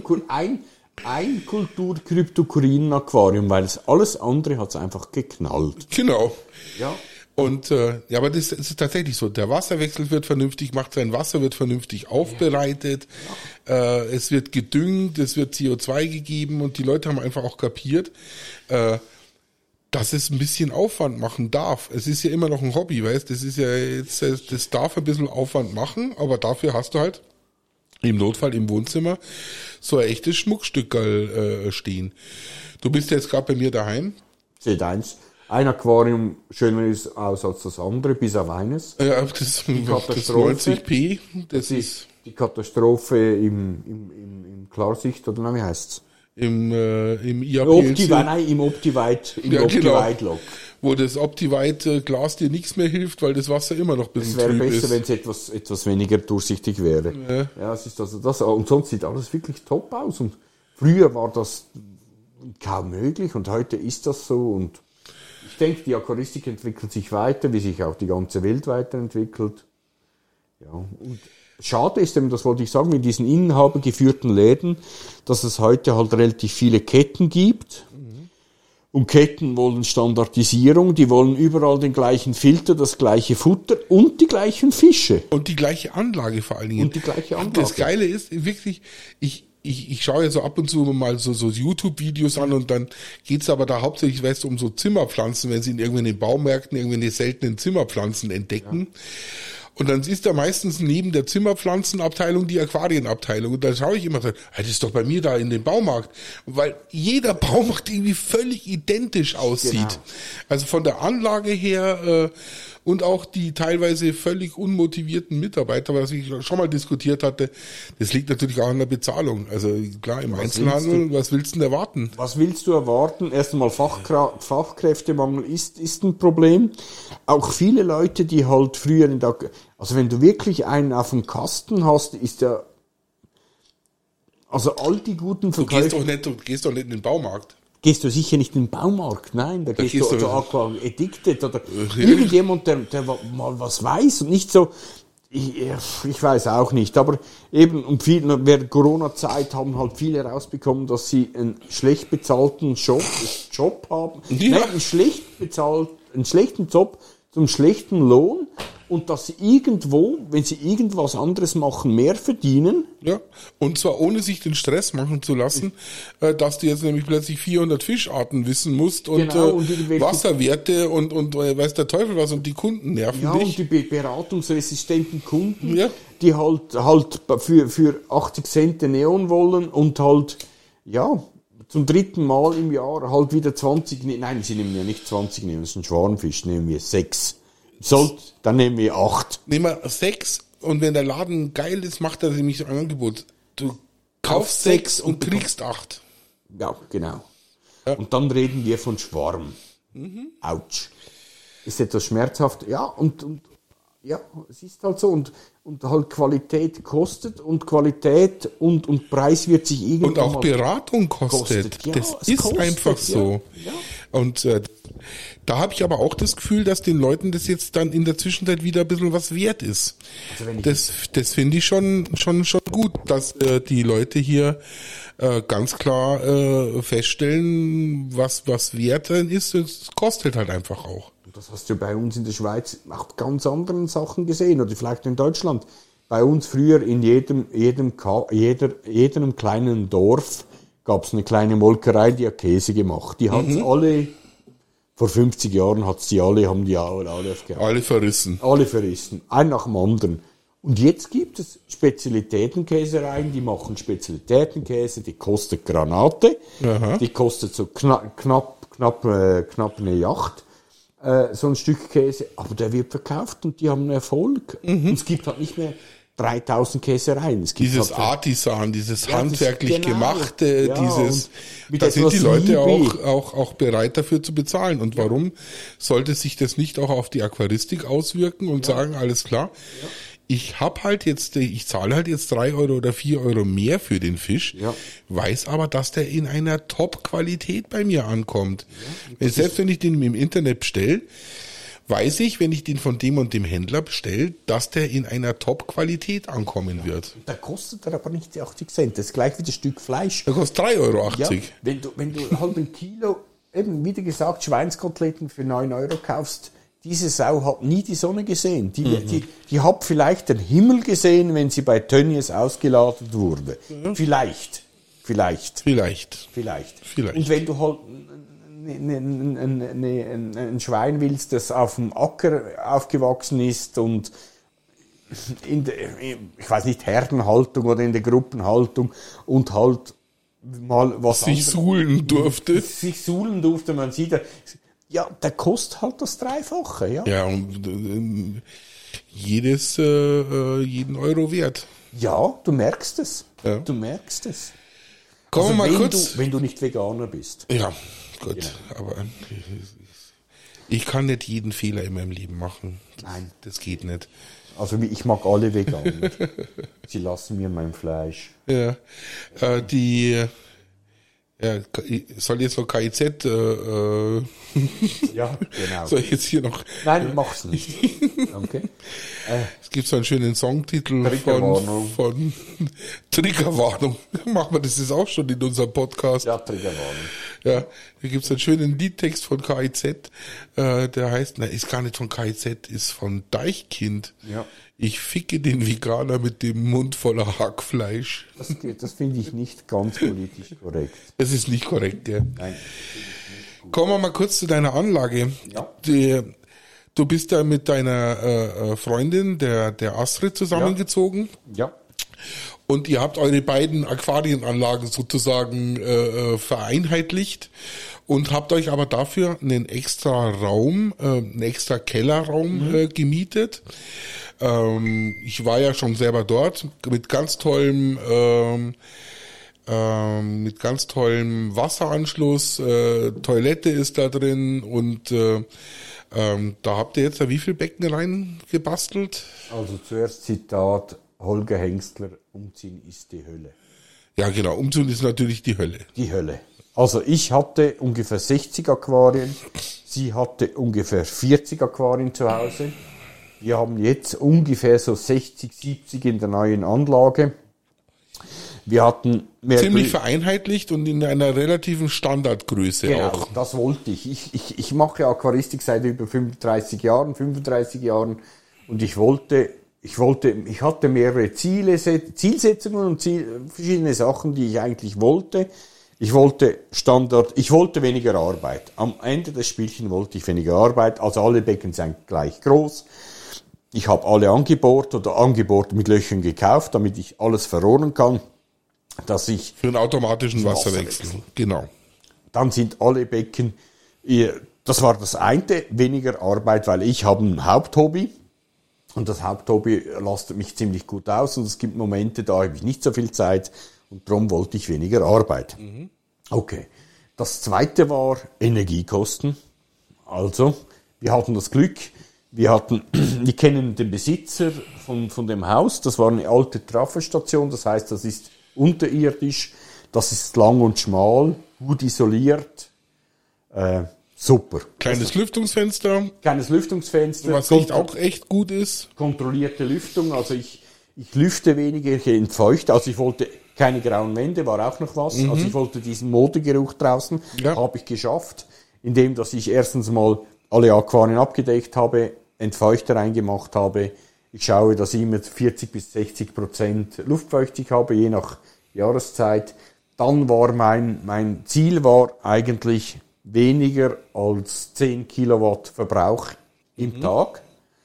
ein Kultur-Kryptokurin-Aquarium, weil alles andere hat's einfach geknallt. Genau. Ja. Und aber das ist tatsächlich so. Der Wasserwechsel wird vernünftig gemacht, sein Wasser wird vernünftig aufbereitet, es wird gedüngt, es wird CO2 gegeben und die Leute haben einfach auch kapiert, dass es ein bisschen Aufwand machen darf. Es ist ja immer noch ein Hobby, weißt? Das ist ja jetzt, das darf ein bisschen Aufwand machen, aber dafür hast du halt im Notfall im Wohnzimmer so ein echtes Schmuckstückerl stehen. Du bist jetzt gerade bei mir daheim. Seht eins. Ein Aquarium schöner ist aus als das andere, bis auf eines. Ja, das 90p. Das ist die Katastrophe im Klarsicht, oder wie heisst's? Im IAPLC. Im Optivite Lock. Wo das Optivite Glas dir nichts mehr hilft, weil das Wasser immer noch ein bisschen trüb ist. Es wäre besser, wenn es etwas weniger durchsichtig wäre. Ja, es ist also das. Und sonst sieht alles wirklich top aus. Und früher war das kaum möglich und heute ist das so. Und ich denke, die Aquaristik entwickelt sich weiter, wie sich auch die ganze Welt weiterentwickelt. Ja, und schade ist eben, das wollte ich sagen, mit diesen inhabergeführten Läden, dass es heute halt relativ viele Ketten gibt, und Ketten wollen Standardisierung, die wollen überall den gleichen Filter, das gleiche Futter und die gleichen Fische. Und die gleiche Anlage vor allen Dingen. Und die gleiche Anlage. Das Geile ist wirklich, ich schaue ja so ab und zu mal so YouTube-Videos an und dann geht's aber da hauptsächlich, weißt du, um so Zimmerpflanzen, wenn sie in irgendwelchen Baumärkten irgendwelche seltenen Zimmerpflanzen entdecken. Ja. Und dann ist da meistens neben der Zimmerpflanzenabteilung die Aquarienabteilung. Und da schaue ich immer so, das ist doch bei mir da in dem Baumarkt. Weil jeder Baumarkt irgendwie völlig identisch aussieht. Genau. Also von der Anlage her und auch die teilweise völlig unmotivierten Mitarbeiter, was ich schon mal diskutiert hatte, das liegt natürlich auch an der Bezahlung. Also klar, im Einzelhandel, was willst du denn erwarten? Was willst du erwarten? Erst einmal Fachkräftemangel ist ein Problem. Auch viele Leute, die halt früher also wenn du wirklich einen auf dem Kasten hast, ist ja, also all die guten Verkäufer. Du gehst doch nicht in den Baumarkt. Gehst du sicher nicht in den Baumarkt, nein, da gehst du zu Aqua Addicted oder irgendjemand, der mal was weiß und nicht so, ich weiß auch nicht, aber eben während Corona-Zeit haben halt viele rausbekommen, dass sie einen schlecht bezahlten Job haben, einen schlechten Job zum schlechten Lohn und dass sie irgendwo, wenn sie irgendwas anderes machen, mehr verdienen. Ja, und zwar ohne sich den Stress machen zu lassen, dass du jetzt nämlich plötzlich 400 Fischarten wissen musst und, und Wasserwerte und weiß der Teufel was und die Kunden nerven dich. Ja, und die beratungsresistenten Kunden, die halt für 80 Cent Neon wollen und halt, ja, zum 3. Mal im Jahr halt wieder 20, nein, sie nehmen ja nicht 20, nehmen es ein Schwarmfisch, nehmen wir 6. Dann nehmen wir 8. Nehmen wir 6 und wenn der Laden geil ist, macht er nämlich so ein Angebot. Du kaufst 6 und kriegst 8. Ja, genau. Ja. Und dann reden wir von Schwarm. Autsch. Ist etwas schmerzhaft. Ja, und ja, es ist halt so. Und halt Qualität kostet und Qualität und Preis wird sich irgendwann. Und auch Beratung kostet. Ja, das ist kostet, einfach so. Ja. Und da habe ich aber auch das Gefühl, dass den Leuten das jetzt dann in der Zwischenzeit wieder ein bisschen was wert ist. Also das finde ich schon gut, dass die Leute hier ganz klar feststellen, was wert ist. Es kostet halt einfach auch. Das hast du bei uns in der Schweiz auch ganz anderen Sachen gesehen oder vielleicht in Deutschland. Bei uns früher in jedem kleinen Dorf gab es eine kleine Molkerei, die hat Käse gemacht. Die hat's alle, vor 50 Jahren haben die alle aufgehört. Alle verrissen. Alle verrissen. Ein nach dem anderen. Und jetzt gibt es Spezialitätenkäsereien, die machen Spezialitätenkäse, die kostet Granate. Aha. Die kostet so knapp eine Yacht. So ein Stück Käse, aber der wird verkauft und die haben einen Erfolg. Und es gibt halt nicht mehr 3000 Käsereien. Es gibt dieses halt Artisan, dieses handwerklich gemachte, da sind die Leute auch bereit dafür zu bezahlen. Und warum sollte sich das nicht auch auf die Aquaristik auswirken und sagen, alles klar, ich zahle halt jetzt 3 Euro oder 4 Euro mehr für den Fisch, weiß aber, dass der in einer Top-Qualität bei mir ankommt. Selbst wenn ich den im Internet bestelle, weiß ich, wenn ich den von dem und dem Händler bestelle, dass der in einer Top-Qualität ankommen wird. Da kostet er aber nicht die 80 Cent, das ist gleich wie das Stück Fleisch. Da kostet 3,80 Euro. Ja, wenn du halt ein Kilo, eben wie gesagt, Schweinskoteletten für 9 Euro kaufst, diese Sau hat nie die Sonne gesehen. Die hat vielleicht den Himmel gesehen, wenn sie bei Tönnies ausgeladen wurde. Vielleicht. Und wenn du halt ein Schwein willst, das auf dem Acker aufgewachsen ist und in der, ich weiß nicht, Herdenhaltung oder in der Gruppenhaltung und halt mal was sich suhlen durfte, man sieht, ja, der kostet halt das Dreifache, ja. Ja, und jeden Euro wert. Ja, du merkst es. Ja. Du merkst es. Kommen wir mal kurz. Wenn du nicht Veganer bist. Ja, gut. Genau. Aber ich kann nicht jeden Fehler in meinem Leben machen. Nein. Das geht nicht. Also ich mag alle Veganer. Sie lassen mir mein Fleisch. Ja, soll jetzt noch KIZ, ja, genau. Soll ich jetzt hier noch? Nein, mach's nicht. Okay. Es gibt so einen schönen Songtitel von Triggerwarnung. Machen wir das jetzt auch schon in unserem Podcast. Ja, Triggerwarnung. Ja, hier gibt's einen schönen Liedtext von KIZ, der heißt, ist gar nicht von KIZ, ist von Deichkind. Ja. Ich ficke den Veganer mit dem Mund voller Hackfleisch. Das finde ich nicht ganz politisch korrekt. Das ist nicht korrekt, gell? Nein. Kommen wir mal kurz zu deiner Anlage. Ja. Du bist da mit deiner Freundin, der Astrid, zusammengezogen. Ja. Und ihr habt eure beiden Aquarienanlagen sozusagen vereinheitlicht und habt euch aber dafür einen extra Raum, einen extra Kellerraum gemietet. Ich war ja schon selber dort mit ganz tollem Wasseranschluss, Toilette ist da drin und da habt ihr jetzt da wie viel Becken reingebastelt? Also zuerst Zitat Holger Hengstler, umziehen ist die Hölle. Ja genau, umziehen ist natürlich die Hölle. Die Hölle. Also ich hatte ungefähr 60 Aquarien, sie hatte ungefähr 40 Aquarien zu Hause. Wir haben jetzt ungefähr so 60, 70 in der neuen Anlage. Wir hatten mehr ziemlich vereinheitlicht und in einer relativen Standardgröße genau, auch. Das wollte ich. Ich mache Aquaristik seit über 35 Jahren und ich hatte mehrere Zielsetzungen und verschiedene Sachen, die ich eigentlich wollte. Ich wollte weniger Arbeit. Am Ende des Spielchens wollte ich weniger Arbeit, also alle Becken sind gleich groß. Ich habe alle angebohrt mit Löchern gekauft, damit ich alles verrohren kann. Dass ich für einen automatischen Wasserwechsel. Genau. Dann sind alle Becken, das war das eine, weniger Arbeit, weil ich habe ein Haupthobby und das Haupthobby lastet mich ziemlich gut aus und es gibt Momente, da habe ich nicht so viel Zeit und darum wollte ich weniger Arbeit. Okay. Das zweite war Energiekosten. Also, wir hatten das Glück, wir kennen den Besitzer von dem Haus, das war eine alte Trafostation, das heißt, das ist unterirdisch, das ist lang und schmal, gut isoliert, super. Kleines Lüftungsfenster. Was auch echt gut ist. Kontrollierte Lüftung, also ich lüfte weniger, ich entfeuchte, also ich wollte keine grauen Wände, war auch noch was, also ich wollte diesen Modegeruch draußen, habe ich geschafft, indem dass ich erstens mal alle Aquarien abgedeckt habe, Entfeuchter reingemacht habe. Ich schaue, dass ich immer 40-60% Luftfeuchtigkeit habe, je nach Jahreszeit. Dann war mein Ziel war eigentlich weniger als 10 Kilowatt Verbrauch im Tag.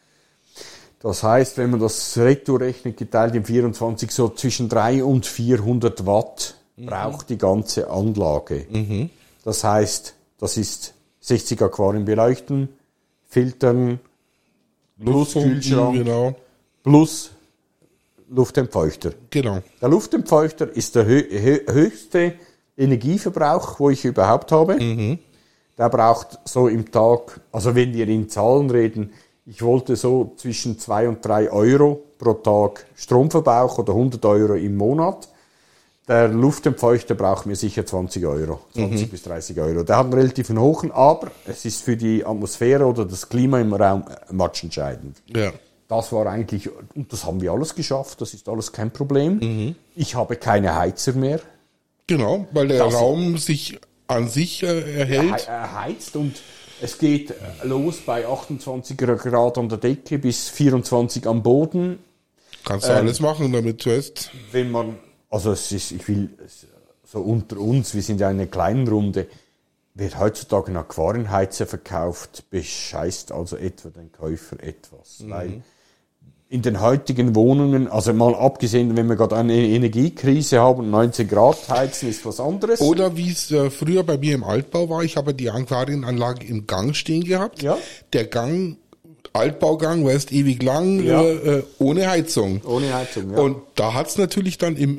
Das heißt, wenn man das retour rechnet, geteilt in 24, so zwischen 300 und 400 Watt braucht die ganze Anlage. Das heißt, das ist 60 Aquarien beleuchten, filtern, plus Kühlschrank, genau. Plus Luftentfeuchter. Genau. Der Luftentfeuchter ist der höchste Energieverbrauch, wo ich überhaupt habe. Der braucht so im Tag, also wenn wir in Zahlen reden, ich wollte so zwischen 2 und 3 Euro pro Tag Stromverbrauch oder 100 Euro im Monat. Der Luftentfeuchter braucht mir sicher 20 bis 30 Euro. Der hat einen relativ hohen, aber es ist für die Atmosphäre oder das Klima im Raum matchentscheidend. Ja. Das war eigentlich, und das haben wir alles geschafft, das ist alles kein Problem. Ich habe keine Heizer mehr. Genau, weil der Raum sich an sich erhält. Er heizt und es geht los bei 28 Grad an der Decke bis 24 am Boden. Kannst du alles machen damit zuerst. Wenn man, also ich will, so unter uns, wir sind ja eine kleine Runde, wird heutzutage ein Aquarienheizer verkauft, bescheißt also etwa den Käufer etwas. Weil in den heutigen Wohnungen, also mal abgesehen, wenn wir gerade eine Energiekrise haben, 19 Grad heizen ist was anderes. Oder wie es früher bei mir im Altbau war, ich habe die Aquarienanlage im Gang stehen gehabt. Ja. Der Gang, Altbaugang, weißt, ewig lang, ohne Heizung. Ohne Heizung, ja. Und da hat's natürlich dann im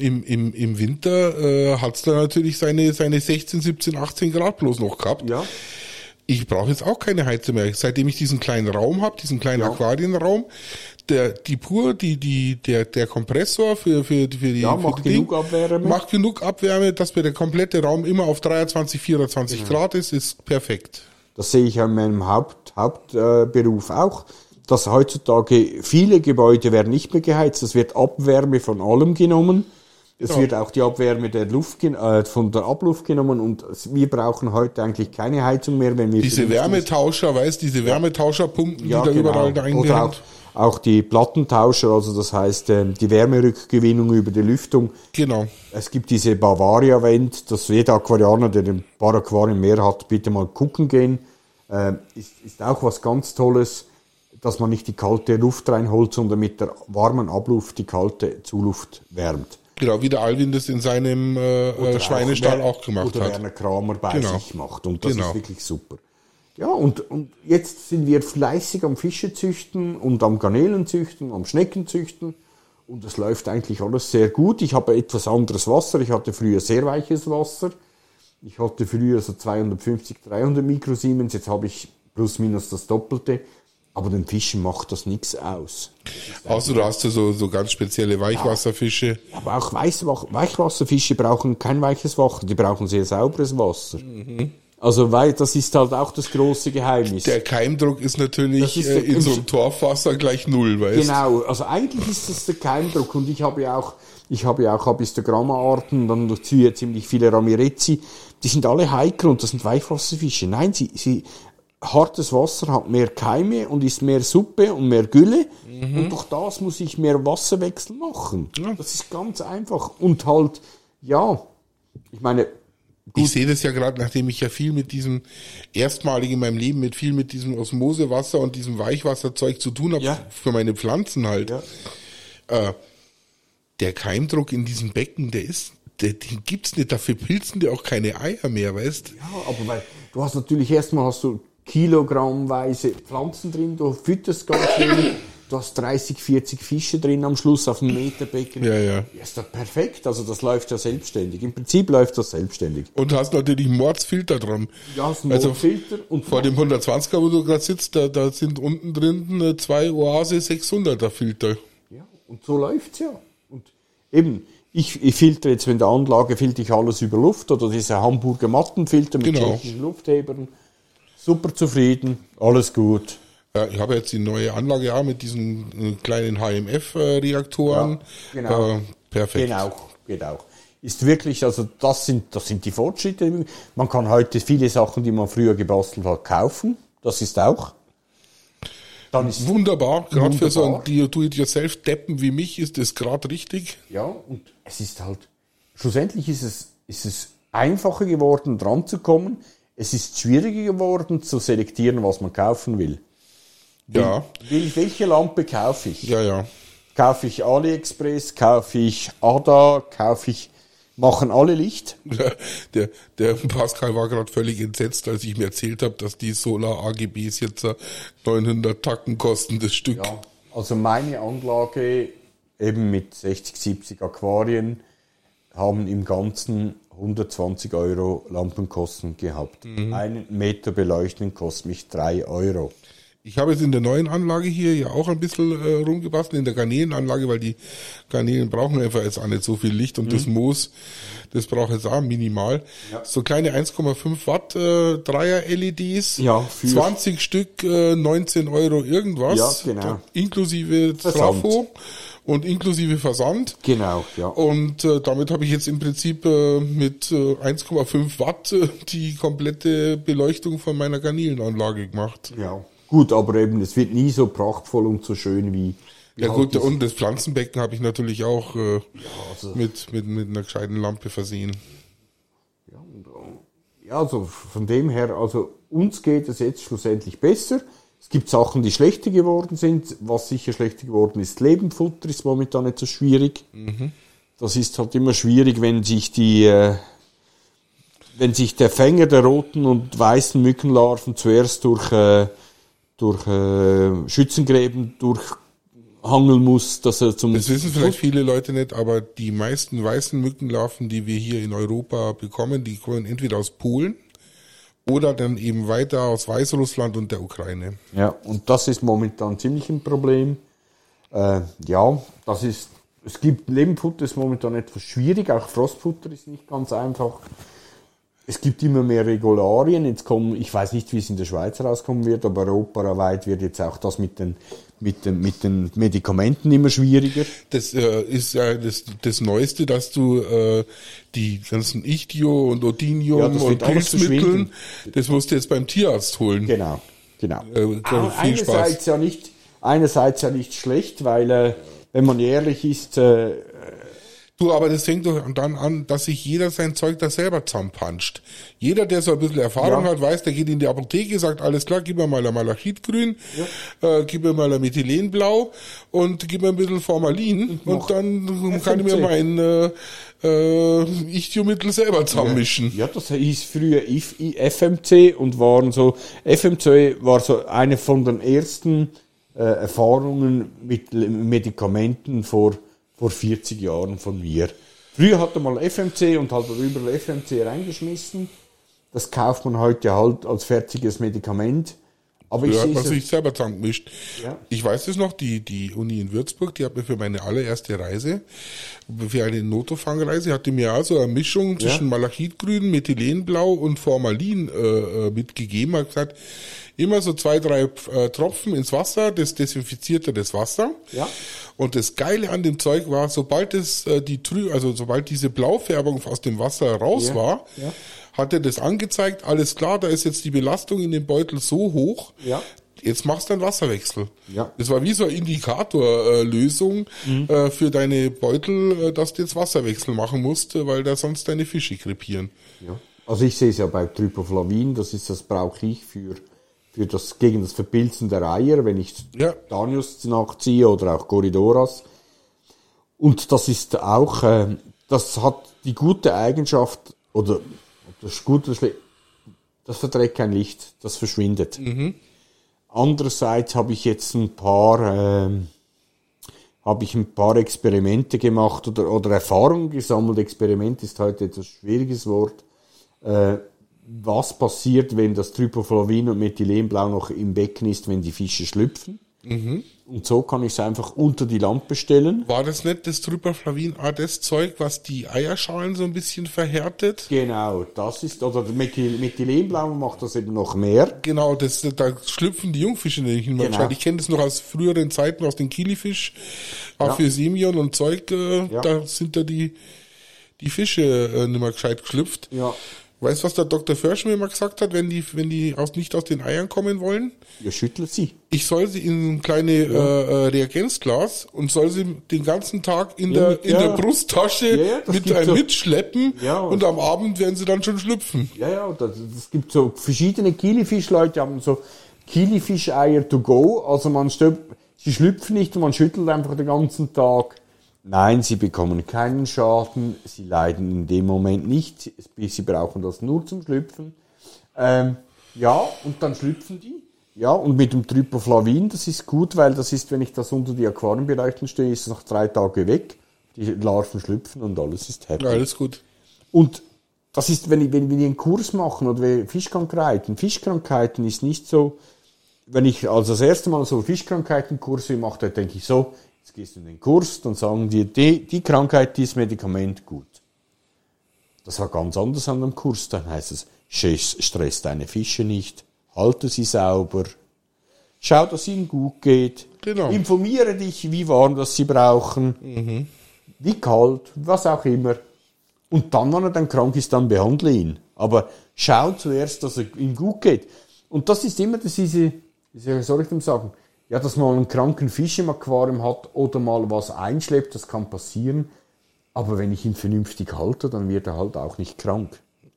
Winter, hat's dann natürlich seine 16, 17, 18 Grad bloß noch gehabt. Ja. Ich brauche jetzt auch keine Heizung mehr. Seitdem ich diesen kleinen Raum habe, diesen kleinen Aquarienraum, der Kompressor für die macht genug Abwärme. Macht genug Abwärme, dass mir der komplette Raum immer auf 23, 24 Grad ist perfekt. Das sehe ich an meinem Hauptberuf auch, dass heutzutage viele Gebäude werden nicht mehr geheizt, es wird Abwärme von allem genommen. Es wird auch die Abwärme der Luft von der Abluft genommen und wir brauchen heute eigentlich keine Heizung mehr, wenn wir... Diese Wärmetauscher, diese Wärmetauscherpumpen, die da überall da eingehängt. Oder auch die Plattentauscher, also das heißt die Wärmerückgewinnung über die Lüftung. Genau. Es gibt diese Bavaria-Vent, dass jeder Aquarianer, der ein paar Aquarien mehr hat, bitte mal gucken gehen. Ist auch was ganz Tolles, dass man nicht die kalte Luft reinholt, sondern mit der warmen Abluft die kalte Zuluft wärmt. Genau, wie der Alvin das in seinem Schweinestall auch gemacht oder hat. Werner Kramer bei sich macht. Und das Genau. ist wirklich super. Ja, und jetzt sind wir fleißig am Fische züchten und am Garnelen züchten, am Schnecken züchten. Und es läuft eigentlich alles sehr gut. Ich habe etwas anderes Wasser. Ich hatte früher sehr weiches Wasser. Ich hatte früher so 250, 300 Mikrosiemens. Jetzt habe ich plus minus das Doppelte. Aber den Fischen macht das nichts aus. Außer du hast ja so ganz spezielle Weichwasserfische. Ja, aber auch Weichwasserfische brauchen kein weiches Wasser, die brauchen sehr sauberes Wasser. Also das ist halt auch das große Geheimnis. Der Keimdruck ist natürlich in so einem Torfwasser gleich 0, weißt du? Genau, also eigentlich ist das der Keimdruck und ich habe ja auch Abistogramma-Arten, dann dazu ja ziemlich viele Ramirezi, die sind alle heikel und das sind Weichwasserfische. Nein, hartes Wasser hat mehr Keime und ist mehr Suppe und mehr Gülle. Und durch das muss ich mehr Wasserwechsel machen. Ja. Das ist ganz einfach. Und halt, ja, ich meine... Gut. Ich sehe das ja gerade, nachdem ich ja viel mit diesem, erstmalig in meinem Leben, mit diesem Osmosewasser und diesem Weichwasserzeug zu tun habe, für meine Pflanzen halt. Ja. Der Keimdruck in diesem Becken, den gibt's nicht, dafür pilzen die auch keine Eier mehr, weißt du? Ja, aber weil, du hast natürlich erstmal kilogrammweise Pflanzen drin, du fütterst ganz wenig, du hast 30, 40 Fische drin am Schluss auf einem Meterbecken. Ja. Ist doch perfekt, also das läuft ja selbstständig. Im Prinzip läuft das selbstständig. Und du hast natürlich einen Mordsfilter dran. Ja, hast einen Mordsfilter. Und vor dem 120er, wo du gerade sitzt, da sind unten drin 2 Oase 600er Filter. Ja, und so läuft's ja. Und eben, ich filtere jetzt, wenn der Anlage filtere ich alles über Luft, oder diese Hamburger Mattenfilter mit tschechischen Lufthebern. Super zufrieden, alles gut. Ja, ich habe jetzt die neue Anlage auch mit diesen kleinen HMF-Reaktoren. Ja, genau. Perfekt. Geht auch. Ist wirklich, also das sind die Fortschritte. Man kann heute viele Sachen, die man früher gebastelt hat, kaufen. Das ist auch. Dann ist wunderbar. Gerade für so ein Do-it-yourself-Deppen wie mich ist das gerade richtig. Ja, und es ist halt, schlussendlich ist es einfacher geworden, dran zu kommen. Es ist schwieriger geworden, zu selektieren, was man kaufen will. Ja. Welche Lampe kaufe ich? Ja. Kaufe ich AliExpress, kaufe ich Ada, machen alle Licht? Der Pascal war gerade völlig entsetzt, als ich mir erzählt habe, dass die Solar-AGBs jetzt 900 Tacken kosten, das Stück. Ja, also meine Anlage, eben mit 60, 70 Aquarien, haben im Ganzen 120 € Lampenkosten gehabt. 1 Meter Beleuchtung kostet mich 3 €. Ich habe jetzt in der neuen Anlage hier ja auch ein bisschen rumgebastelt, in der Garnelenanlage, weil die Garnelen brauchen einfach jetzt auch nicht so viel Licht und das Moos, das braucht jetzt auch minimal. Ja. So kleine 1,5 Watt Dreier-LEDs, 20 Stück, 19 € irgendwas, ja, genau. Inklusive Trafo und inklusive Versand. Genau, ja. Und damit habe ich jetzt im Prinzip mit 1,5 Watt die komplette Beleuchtung von meiner Garnelenanlage gemacht. Ja. Gut, aber eben, es wird nie so prachtvoll und so schön wie ja gut, und das Pflanzenbecken habe ich natürlich auch mit einer gescheiten Lampe versehen. Ja, also von dem her, also uns geht es jetzt schlussendlich besser. Es gibt Sachen, die schlechter geworden sind. Was sicher schlechter geworden ist, Lebenfutter ist momentan nicht so schwierig. Das ist halt immer schwierig, wenn sich der Fänger der roten und weißen Mückenlarven zuerst durch Schützengräben durchhangeln muss, dass er zum... Das wissen vielleicht viele Leute nicht, aber die meisten weißen Mückenlarven, die wir hier in Europa bekommen, die kommen entweder aus Polen oder dann eben weiter aus Weißrussland und der Ukraine. Ja, und das ist momentan ziemlich ein Problem. Es gibt Lebenfutter, ist momentan etwas schwierig, auch Frostfutter ist nicht ganz einfach. Es gibt immer mehr Regularien. Ich weiß nicht, wie es in der Schweiz rauskommen wird, aber europaweit wird jetzt auch das mit den Medikamenten immer schwieriger. Das ist ja das Neueste, dass du die ganzen Ichtio und Odinium und Pilzmitteln, das musst du jetzt beim Tierarzt holen. Genau. Viel Spaß. Einerseits ja nicht schlecht, weil, wenn man ehrlich ist, du, aber das fängt doch dann an, dass sich jeder sein Zeug da selber zusammenpanscht. Jeder, der so ein bisschen Erfahrung hat, weiß, der geht in die Apotheke, sagt, alles klar, gib mir mal ein Malachitgrün, gib mir mal ein Methylenblau und gib mir ein bisschen Formalin und dann kann ich mir mein Ichtiomittel selber zusammenmischen. Ja, das hieß früher FMC und FMC war so eine von den ersten Erfahrungen mit Medikamenten vor 40 Jahren von mir. Früher hat er mal FMC und halt überall FMC reingeschmissen. Das kauft man heute halt als fertiges Medikament. Aber Früher hat man sich selber zusammengemischt. Ja. Ich weiß es noch, die Uni in Würzburg, die hat mir für meine allererste Reise, für eine Notofangreise, hatte mir also eine Mischung zwischen Malachitgrün, Methylenblau und Formalin mitgegeben. Hat gesagt, immer so 2-3 Tropfen ins Wasser, das desinfizierte das Wasser. Ja. Und das Geile an dem Zeug war, sobald sobald diese Blaufärbung aus dem Wasser raus war, hat er das angezeigt, alles klar, da ist jetzt die Belastung in dem Beutel so hoch, jetzt machst du einen Wasserwechsel. Ja. Das war wie so eine Indikatorlösung für deine Beutel, dass du jetzt Wasserwechsel machen musst, weil da sonst deine Fische krepieren. Ja. Also ich sehe es ja bei Trypoflavin, das brauche ich gegen das Verpilzen der Eier, wenn ich Danius nachziehe oder auch Corydoras. Und das ist auch, das hat die gute Eigenschaft, oder das Gute, das verträgt kein Licht, das verschwindet. Mhm. Andererseits habe ich jetzt ein paar Experimente gemacht oder Erfahrungen gesammelt. Experiment ist heute etwas schwieriges Wort. Was passiert, wenn das Trypoflavin und Methylenblau noch im Becken ist, wenn die Fische schlüpfen? Mhm. Und so kann ich es einfach unter die Lampe stellen. War das nicht das Trypoflavin das Zeug, was die Eierschalen so ein bisschen verhärtet? Genau, das ist, oder Methylenblau macht das eben noch mehr. Genau, da schlüpfen die Jungfische nicht immer gescheit. Ich kenne das noch aus früheren Zeiten, aus den Kilifisch, Aphyosemion und Zeug, da sind da die Fische nicht mehr gescheit geschlüpft. Ja. Weißt du, was der Dr. Försch mir immer gesagt hat, wenn die nicht aus den Eiern kommen wollen? Ja, schüttelt sie. Ich soll sie in ein kleines Reagenzglas und soll sie den ganzen Tag in der Brusttasche mitschleppen und am Abend werden sie dann schon schlüpfen. Ja, das gibt so verschiedene Kilifisch-Leute, haben so Kilifisch-Eier to go, also sie schlüpfen nicht und man schüttelt einfach den ganzen Tag. Nein, sie bekommen keinen Schaden, sie leiden in dem Moment nicht, sie brauchen das nur zum Schlüpfen. Und dann schlüpfen die. Ja, und mit dem Trypoflavin, das ist gut, weil das ist, wenn ich das unter die Aquariumbeleuchtung stehe, ist es nach 3 Tagen weg. Die Larven schlüpfen und alles ist happy. Ja, alles gut. Und das ist, wenn wir einen Kurs machen oder Fischkrankheiten ist nicht so, wenn ich also das erste Mal so Fischkrankheitenkurse mache, dann denke ich so, jetzt gehst du in den Kurs, dann sagen dir, die Krankheit, dieses Medikament, gut. Das war ganz anders an dem Kurs. Dann heißt es, stress deine Fische nicht, halte sie sauber, schau, dass es ihnen gut geht, informiere dich, wie warm das sie brauchen, wie kalt, was auch immer. Und dann, wenn er dann krank ist, dann behandle ihn. Aber schau zuerst, dass es ihm gut geht. Und das ist immer wie soll ich dem sagen, ja, dass man einen kranken Fisch im Aquarium hat oder mal was einschleppt, das kann passieren. Aber wenn ich ihn vernünftig halte, dann wird er halt auch nicht krank.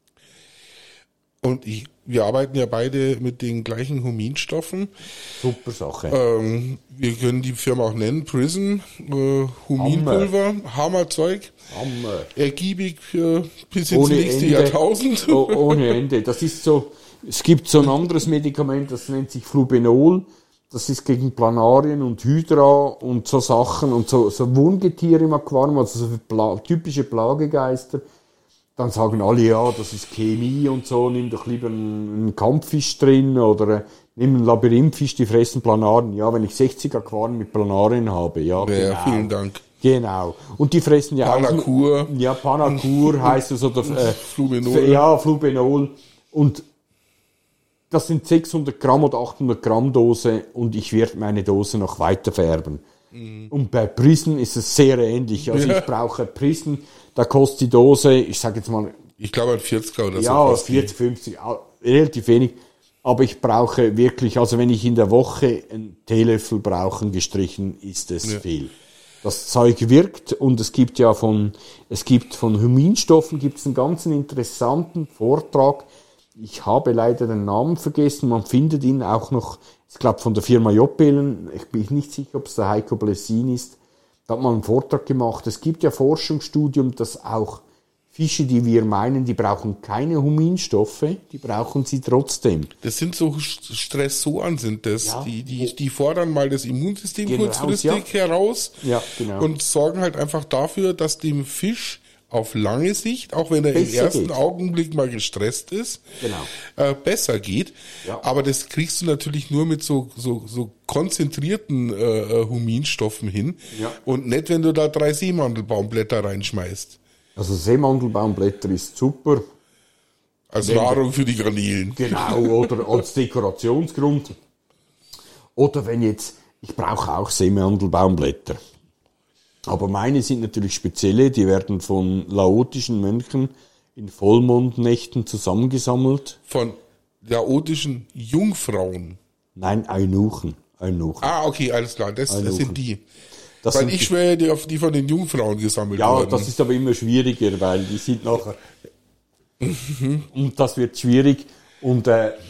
Und wir arbeiten ja beide mit den gleichen Huminstoffen. Super Sache. Wir können die Firma auch nennen, Prism, Huminpulver, Hammerzeug. Hammer. Ergiebig bis ins nächste Jahrtausend. Ohne Ende. Das ist so, es gibt so ein anderes Medikament, das nennt sich Flubenol. Das ist gegen Planarien und Hydra und so Sachen und so Wurmgetiere im Aquarium, also so typische Plagegeister. Dann sagen alle, ja, das ist Chemie und so, nimm doch lieber einen Kampffisch drin oder nimm einen Labyrinthfisch, die fressen Planarien. Ja, wenn ich 60 Aquarien mit Planarien habe, ja, vielen Dank. Genau. Und die fressen ja Panacur. auch... Ja, Panacur heißt es, oder... Flubenol. Ja, Flubenol. Und das sind 600 Gramm oder 800 Gramm Dose und ich werde meine Dose noch weiter vererben. Und bei Prisen ist es sehr ähnlich. Also ich brauche Prisen, da kostet die Dose, ich sage jetzt mal... Ich glaube ein 40er oder so. Ja, 40, 50, relativ wenig. Aber ich brauche wirklich, also wenn ich in der Woche einen Teelöffel brauche, gestrichen, ist es viel. Das Zeug wirkt und es gibt von Huminstoffen gibt's einen ganz interessanten Vortrag. Ich habe leider den Namen vergessen, man findet ihn auch noch, ich glaube von der Firma Joppelen, ich bin nicht sicher, ob es der Heiko Blessin ist, da hat man einen Vortrag gemacht. Es gibt ja Forschungsstudium, dass auch Fische, die wir meinen, die brauchen keine Huminstoffe, die brauchen sie trotzdem. Das sind so Stressoren sind das, ja. die fordern mal das Immunsystem kurzfristig heraus und sorgen halt einfach dafür, dass dem Fisch auf lange Sicht, auch wenn er im ersten Augenblick mal gestresst ist, besser geht. Ja. Aber das kriegst du natürlich nur mit so konzentrierten Huminstoffen hin und nicht, wenn du da 3 Seemandelbaumblätter reinschmeißt. Also Seemandelbaumblätter ist super. Als Nahrung für die Garnelen. Genau, oder als Dekorationsgrund. Oder wenn jetzt, ich brauche auch Seemandelbaumblätter. Aber meine sind natürlich spezielle, die werden von laotischen Mönchen in Vollmondnächten zusammengesammelt. Von laotischen Jungfrauen? Nein, Eunuchen. Ah, okay, alles klar, das sind die. Weil ich schwöre, die von den Jungfrauen gesammelt wurden. Ja, das ist aber immer schwieriger, weil die sind nachher... Und das wird schwierig. Und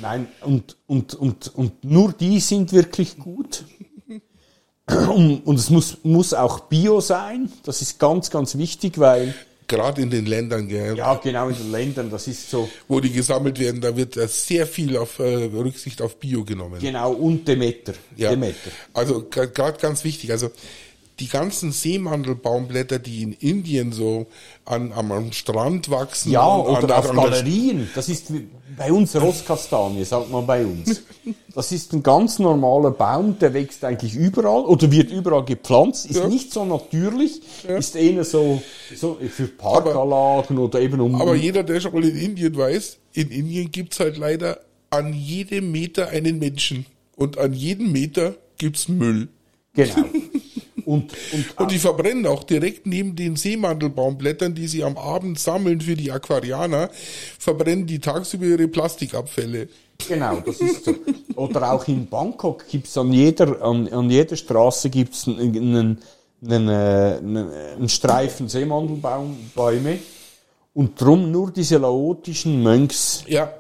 und nur die sind wirklich gut. Und es muss auch Bio sein. Das ist ganz, ganz wichtig, weil... Gerade in den Ländern, gell? Ja, genau, in den Ländern, das ist so... Wo die gesammelt werden, da wird sehr viel Rücksicht auf Bio genommen. Genau, und Demeter. Ja. Demeter. Also gerade ganz wichtig, also die ganzen Seemandelbaumblätter, die in Indien so am Strand wachsen. Ja, oder auf Galerien. Das ist bei uns Rosskastanie, sagt man bei uns. Das ist ein ganz normaler Baum, der wächst eigentlich überall oder wird überall gepflanzt, ist nicht so natürlich, ist eher so für Parkanlagen oder eben Aber jeder, der schon mal in Indien weiß, in Indien gibt's halt leider an jedem Meter einen Menschen und an jedem Meter gibt's Müll. Genau. Und die verbrennen auch direkt neben den Seemandelbaumblättern, die sie am Abend sammeln für die Aquarianer, verbrennen die tagsüber ihre Plastikabfälle. Genau, das ist so. Oder auch in Bangkok gibt's an jeder Straße gibt's einen Streifen Seemandelbaumbäume und drum nur diese laotischen Mönchs. Ja.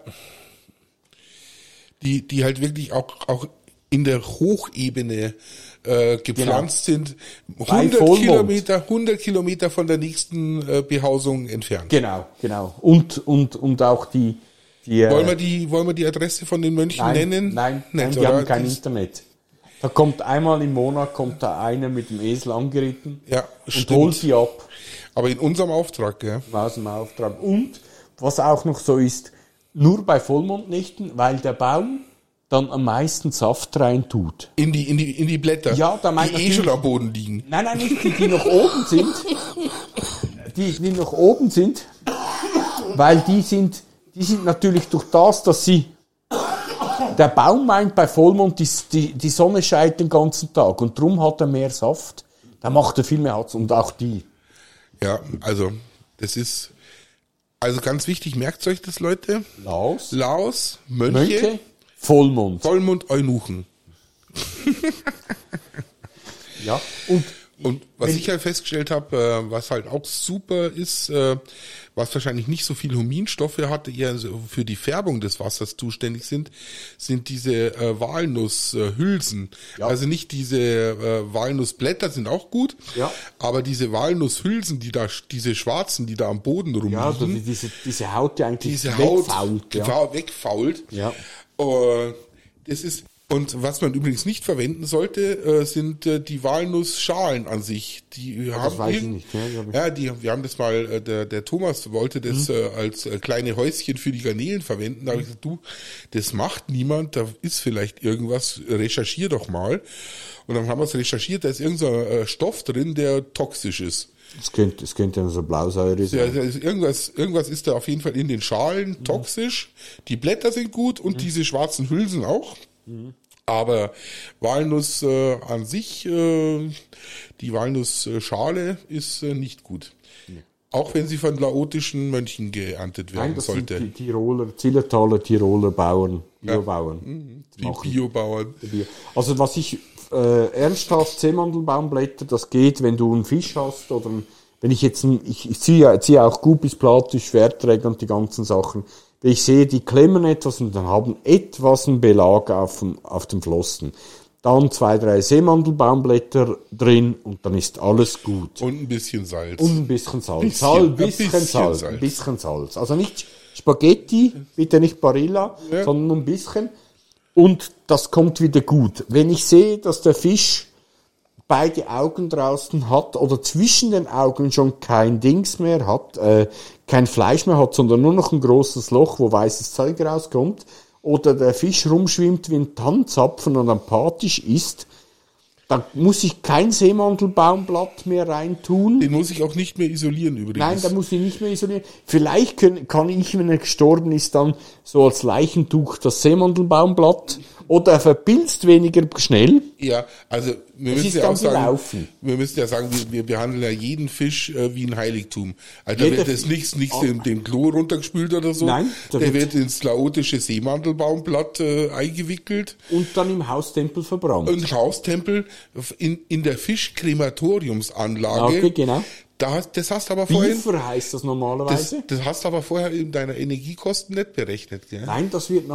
Die halt wirklich auch in der Hochebene gepflanzt sind, 100 Kilometer von der nächsten Behausung entfernt. Genau. Und auch die wollen wir die Adresse von den Mönchen nennen? Nein, die haben kein Internet. Da kommt einmal im Monat einer mit dem Esel angeritten und holt sie ab. Aber in unserem Auftrag, ja. Aus dem Auftrag. Und was auch noch so ist, nur bei Vollmondnächten, weil der Baum dann am meisten Saft rein tut. In die Blätter? Ja, da die schon am Boden liegen. Nein, nicht die noch oben sind. Die noch oben sind, weil die sind natürlich durch das, dass der Baum meint bei Vollmond, die Sonne scheint den ganzen Tag und drum hat er mehr Saft, da macht er viel mehr Harz und auch die. Ja, also, das ist, also ganz wichtig, merkt euch das, Leute. Laos, Mönche, Vollmond, Eunuchen. Ja, und was ich halt festgestellt habe, was halt auch super ist, was wahrscheinlich nicht so viel Huminstoffe hat, eher so für die Färbung des Wassers zuständig sind diese Walnusshülsen. Ja. Also nicht diese Walnussblätter sind auch gut, aber diese Walnusshülsen, diese schwarzen, die da am Boden rumliegen. Ja, also diese Haut, die eigentlich wegfault. Ja. Ja. Das ist Und was man übrigens nicht verwenden sollte, sind die Walnussschalen an sich. Die haben das weiß ich nicht. wir haben das mal, der Thomas wollte das als kleine Häuschen für die Garnelen verwenden. Da habe ich gesagt, du, das macht niemand, da ist vielleicht irgendwas, recherchier doch mal. Und dann haben wir es recherchiert, da ist irgendein Stoff drin, der toxisch ist. Es könnte ja so Blausäure sein. Ja, irgendwas ist da auf jeden Fall in den Schalen toxisch. Die Blätter sind gut und diese schwarzen Hülsen auch. Aber Walnuss an sich, die Walnussschale ist nicht gut. Auch wenn sie von laotischen Mönchen geerntet werden sollte. Sind die Zillertaler Bauern, Biobauern. Die Biobauern. Also was ich ernsthaft Seemandelbaumblätter, das geht, wenn du einen Fisch hast oder wenn ich jetzt, ich ziehe auch Guppies, Plattfisch, Schwertträger und die ganzen Sachen. Wenn ich sehe, die klemmen etwas und dann haben etwas einen Belag auf dem Flossen. Dann 2, 3 Seemandelbaumblätter drin und dann ist alles gut. Und ein bisschen Salz. Und ein bisschen Salz. Ein bisschen Salz. Also nicht Spaghetti, bitte nicht Barilla, sondern nur ein bisschen. Und das kommt wieder gut. Wenn ich sehe, dass der Fisch beide Augen draußen hat oder zwischen den Augen schon kein Dings mehr hat, kein Fleisch mehr hat, sondern nur noch ein großes Loch, wo weißes Zeug rauskommt, oder der Fisch rumschwimmt wie ein Tannenzapfen und apathisch ist, dann muss ich kein Seemandelbaumblatt mehr reintun. Den muss ich auch nicht mehr isolieren übrigens. Nein, da muss ich nicht mehr isolieren. Vielleicht kann ich, wenn er gestorben ist, dann so als Leichentuch das Seemandelbaumblatt, oder er verpilzt weniger schnell. Ja, also wir müssen ja sagen, wir behandeln ja jeden Fisch wie ein Heiligtum. Also da wird jetzt nichts dem Klo runtergespült oder so. Nein. Der wird ins laotische Seemandelbaumblatt eingewickelt. Und dann im Haustempel verbrannt. Und Haustempel in der Fischkrematoriumsanlage. Okay, genau. Das hast du aber vorhin. Biefer heißt das normalerweise. Das hast du aber vorher in deiner Energiekosten nicht berechnet, gell? Nein, das wird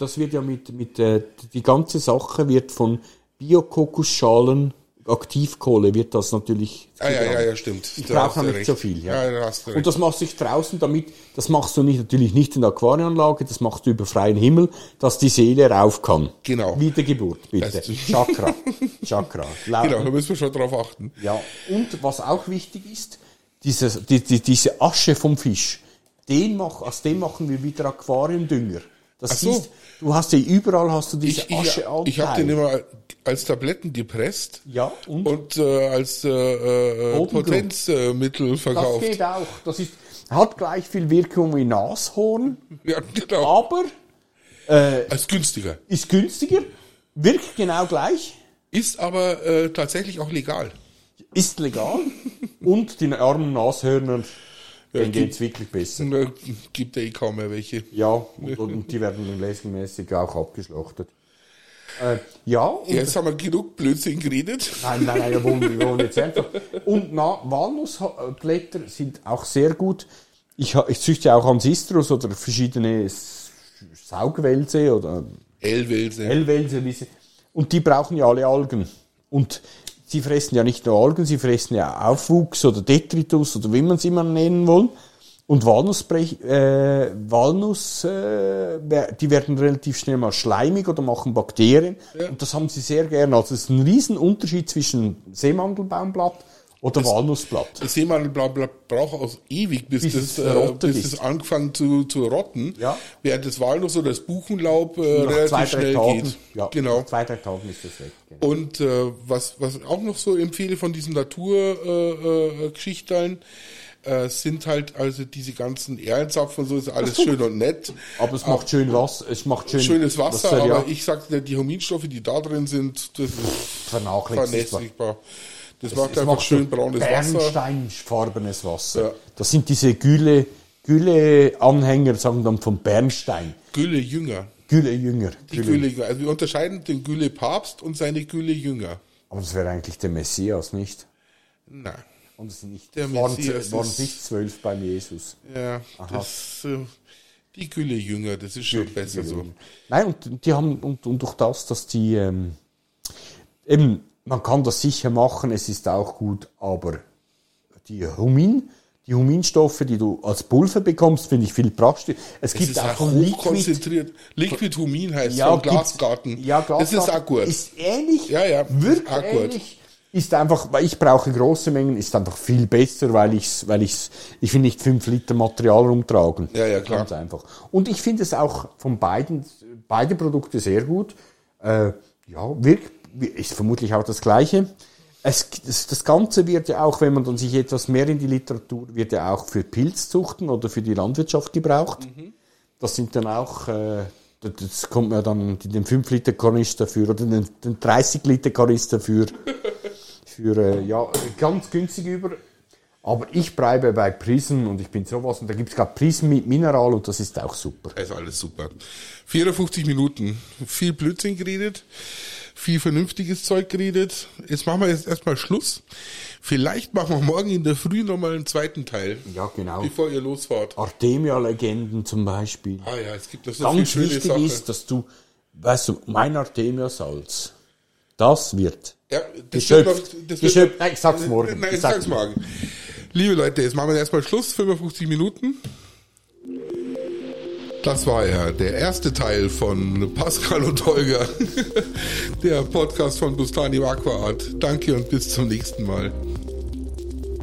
die ganze Sache wird von Bio-Kokosschalen, Aktivkohle wird das natürlich. Ja, stimmt. Ich brauche nicht so viel, ja. Da hast du recht. Und das machst du draußen das machst du natürlich nicht in der Aquarianlage, das machst du über freien Himmel, dass die Seele rauf kann. Genau. Wiedergeburt, bitte. Chakra. Genau, da müssen wir schon drauf achten. Ja. Und was auch wichtig ist, diese Asche vom Fisch, aus dem machen wir wieder Aquariumdünger. Das ist, du hast ja überall diese Ascheanteil. Ich habe den immer als Tabletten gepresst. Ja, und als Potenzmittel verkauft. Das geht auch. Hat gleich viel Wirkung wie Nashorn. Ja, genau. Aber als günstiger. Ist günstiger, wirkt genau gleich. Ist aber tatsächlich auch legal. Ist legal. Und die armen Nashörner, denen geht's wirklich besser. Gibt ja kaum mehr welche. Ja, und die werden dann regelmäßig auch abgeschlachtet. Jetzt haben wir genug Blödsinn geredet. Nein, wir wollen jetzt einfach. Und Walnussblätter sind auch sehr gut. Ich züchte auch Ancistrus oder verschiedene Saugwälse oder L-Wälse. Und die brauchen ja alle Algen. Und sie fressen ja nicht nur Algen, sie fressen ja Aufwuchs oder Detritus oder wie man es immer nennen will. Und Walnuss, die werden relativ schnell mal schleimig oder machen Bakterien. Ja. Und das haben sie sehr gerne. Also es ist ein riesen Unterschied zwischen Seemandelbaumblatt oder Walnussblatt. Das Seemandelblatt braucht auch ewig, bis das angefangen zu rotten. Ja. Während das Walnuss oder das Buchenlaub relativ schnell geht. Ja, genau. Nach 2-3 Tagen ist das weg. Genau. Und was auch noch so empfehle von diesen Naturgeschichteln, sind halt also diese ganzen Ehrenzapfen und so, ist alles schön und nett. Aber es macht schön Wasser. Schönes Wasser, aber ich sagte, die Huminstoffe, die da drin sind, das ist vernässigbar. Das macht einfach schön braunes Wasser. Bernsteinfarbenes Wasser. Ja. Das sind diese Gülle-Anhänger, sagen dann von Bernstein. Gülle-Jünger. Also wir unterscheiden den Gülle-Papst und seine Gülle-Jünger. Aber das wäre eigentlich der Messias, nicht? Nein. Und es waren nicht 12 beim Jesus. Ja, die Gülle-Jünger, das ist schon besser so. Nein, und die haben, und durch das, dass die, eben, man kann das sicher machen, es ist auch gut, aber die Humin, Die Huminstoffe, die du als Pulver bekommst, finde ich viel praktischer. Es gibt auch hochkonzentriert. Liquid Humin heißt ja, vom Glasgarten. Ja, Glasgarten. Das ist auch gut. Ist ähnlich. Ja, wirklich auch gut. ähnlich. Ist einfach, weil ich brauche große Mengen, ist einfach viel besser, weil ich will nicht 5 Liter Material rumtragen. Ja, klar. Ganz einfach. Und ich finde es auch von beide Produkte sehr gut. Ist vermutlich auch das Gleiche. Das Ganze wird ja auch, wenn man dann sich etwas mehr in die Literatur, wird ja auch für Pilzzuchten oder für die Landwirtschaft gebraucht. Mhm. Das sind dann auch, das kommt mir dann in den 5 Liter Kanister für, oder den 30 Liter Kanister für ganz günstig über. Aber ich bleibe bei Prism und ich bin sowas, und da gibt es gerade Prism mit Mineral und das ist auch super. Das ist alles super. 54 Minuten. Viel Blödsinn geredet. Viel vernünftiges Zeug geredet. Jetzt machen wir jetzt erstmal Schluss. Vielleicht machen wir morgen in der Früh nochmal einen zweiten Teil. Ja, genau. Bevor ihr losfahrt. Artemia-Legenden zum Beispiel. Ah ja, es gibt das so ganz viel schöne wichtig Sachen. Ist, dass du, weißt du, mein Artemia-Salz, das wird geschöpft. Nein, ich sag's morgen. Nein, ich sag's morgen. Liebe Leute, jetzt machen wir erstmal Schluss. 55 Minuten. Das war ja der erste Teil von Pascal und Holger, der Podcast von Bustani Aqua Art. Danke und bis zum nächsten Mal.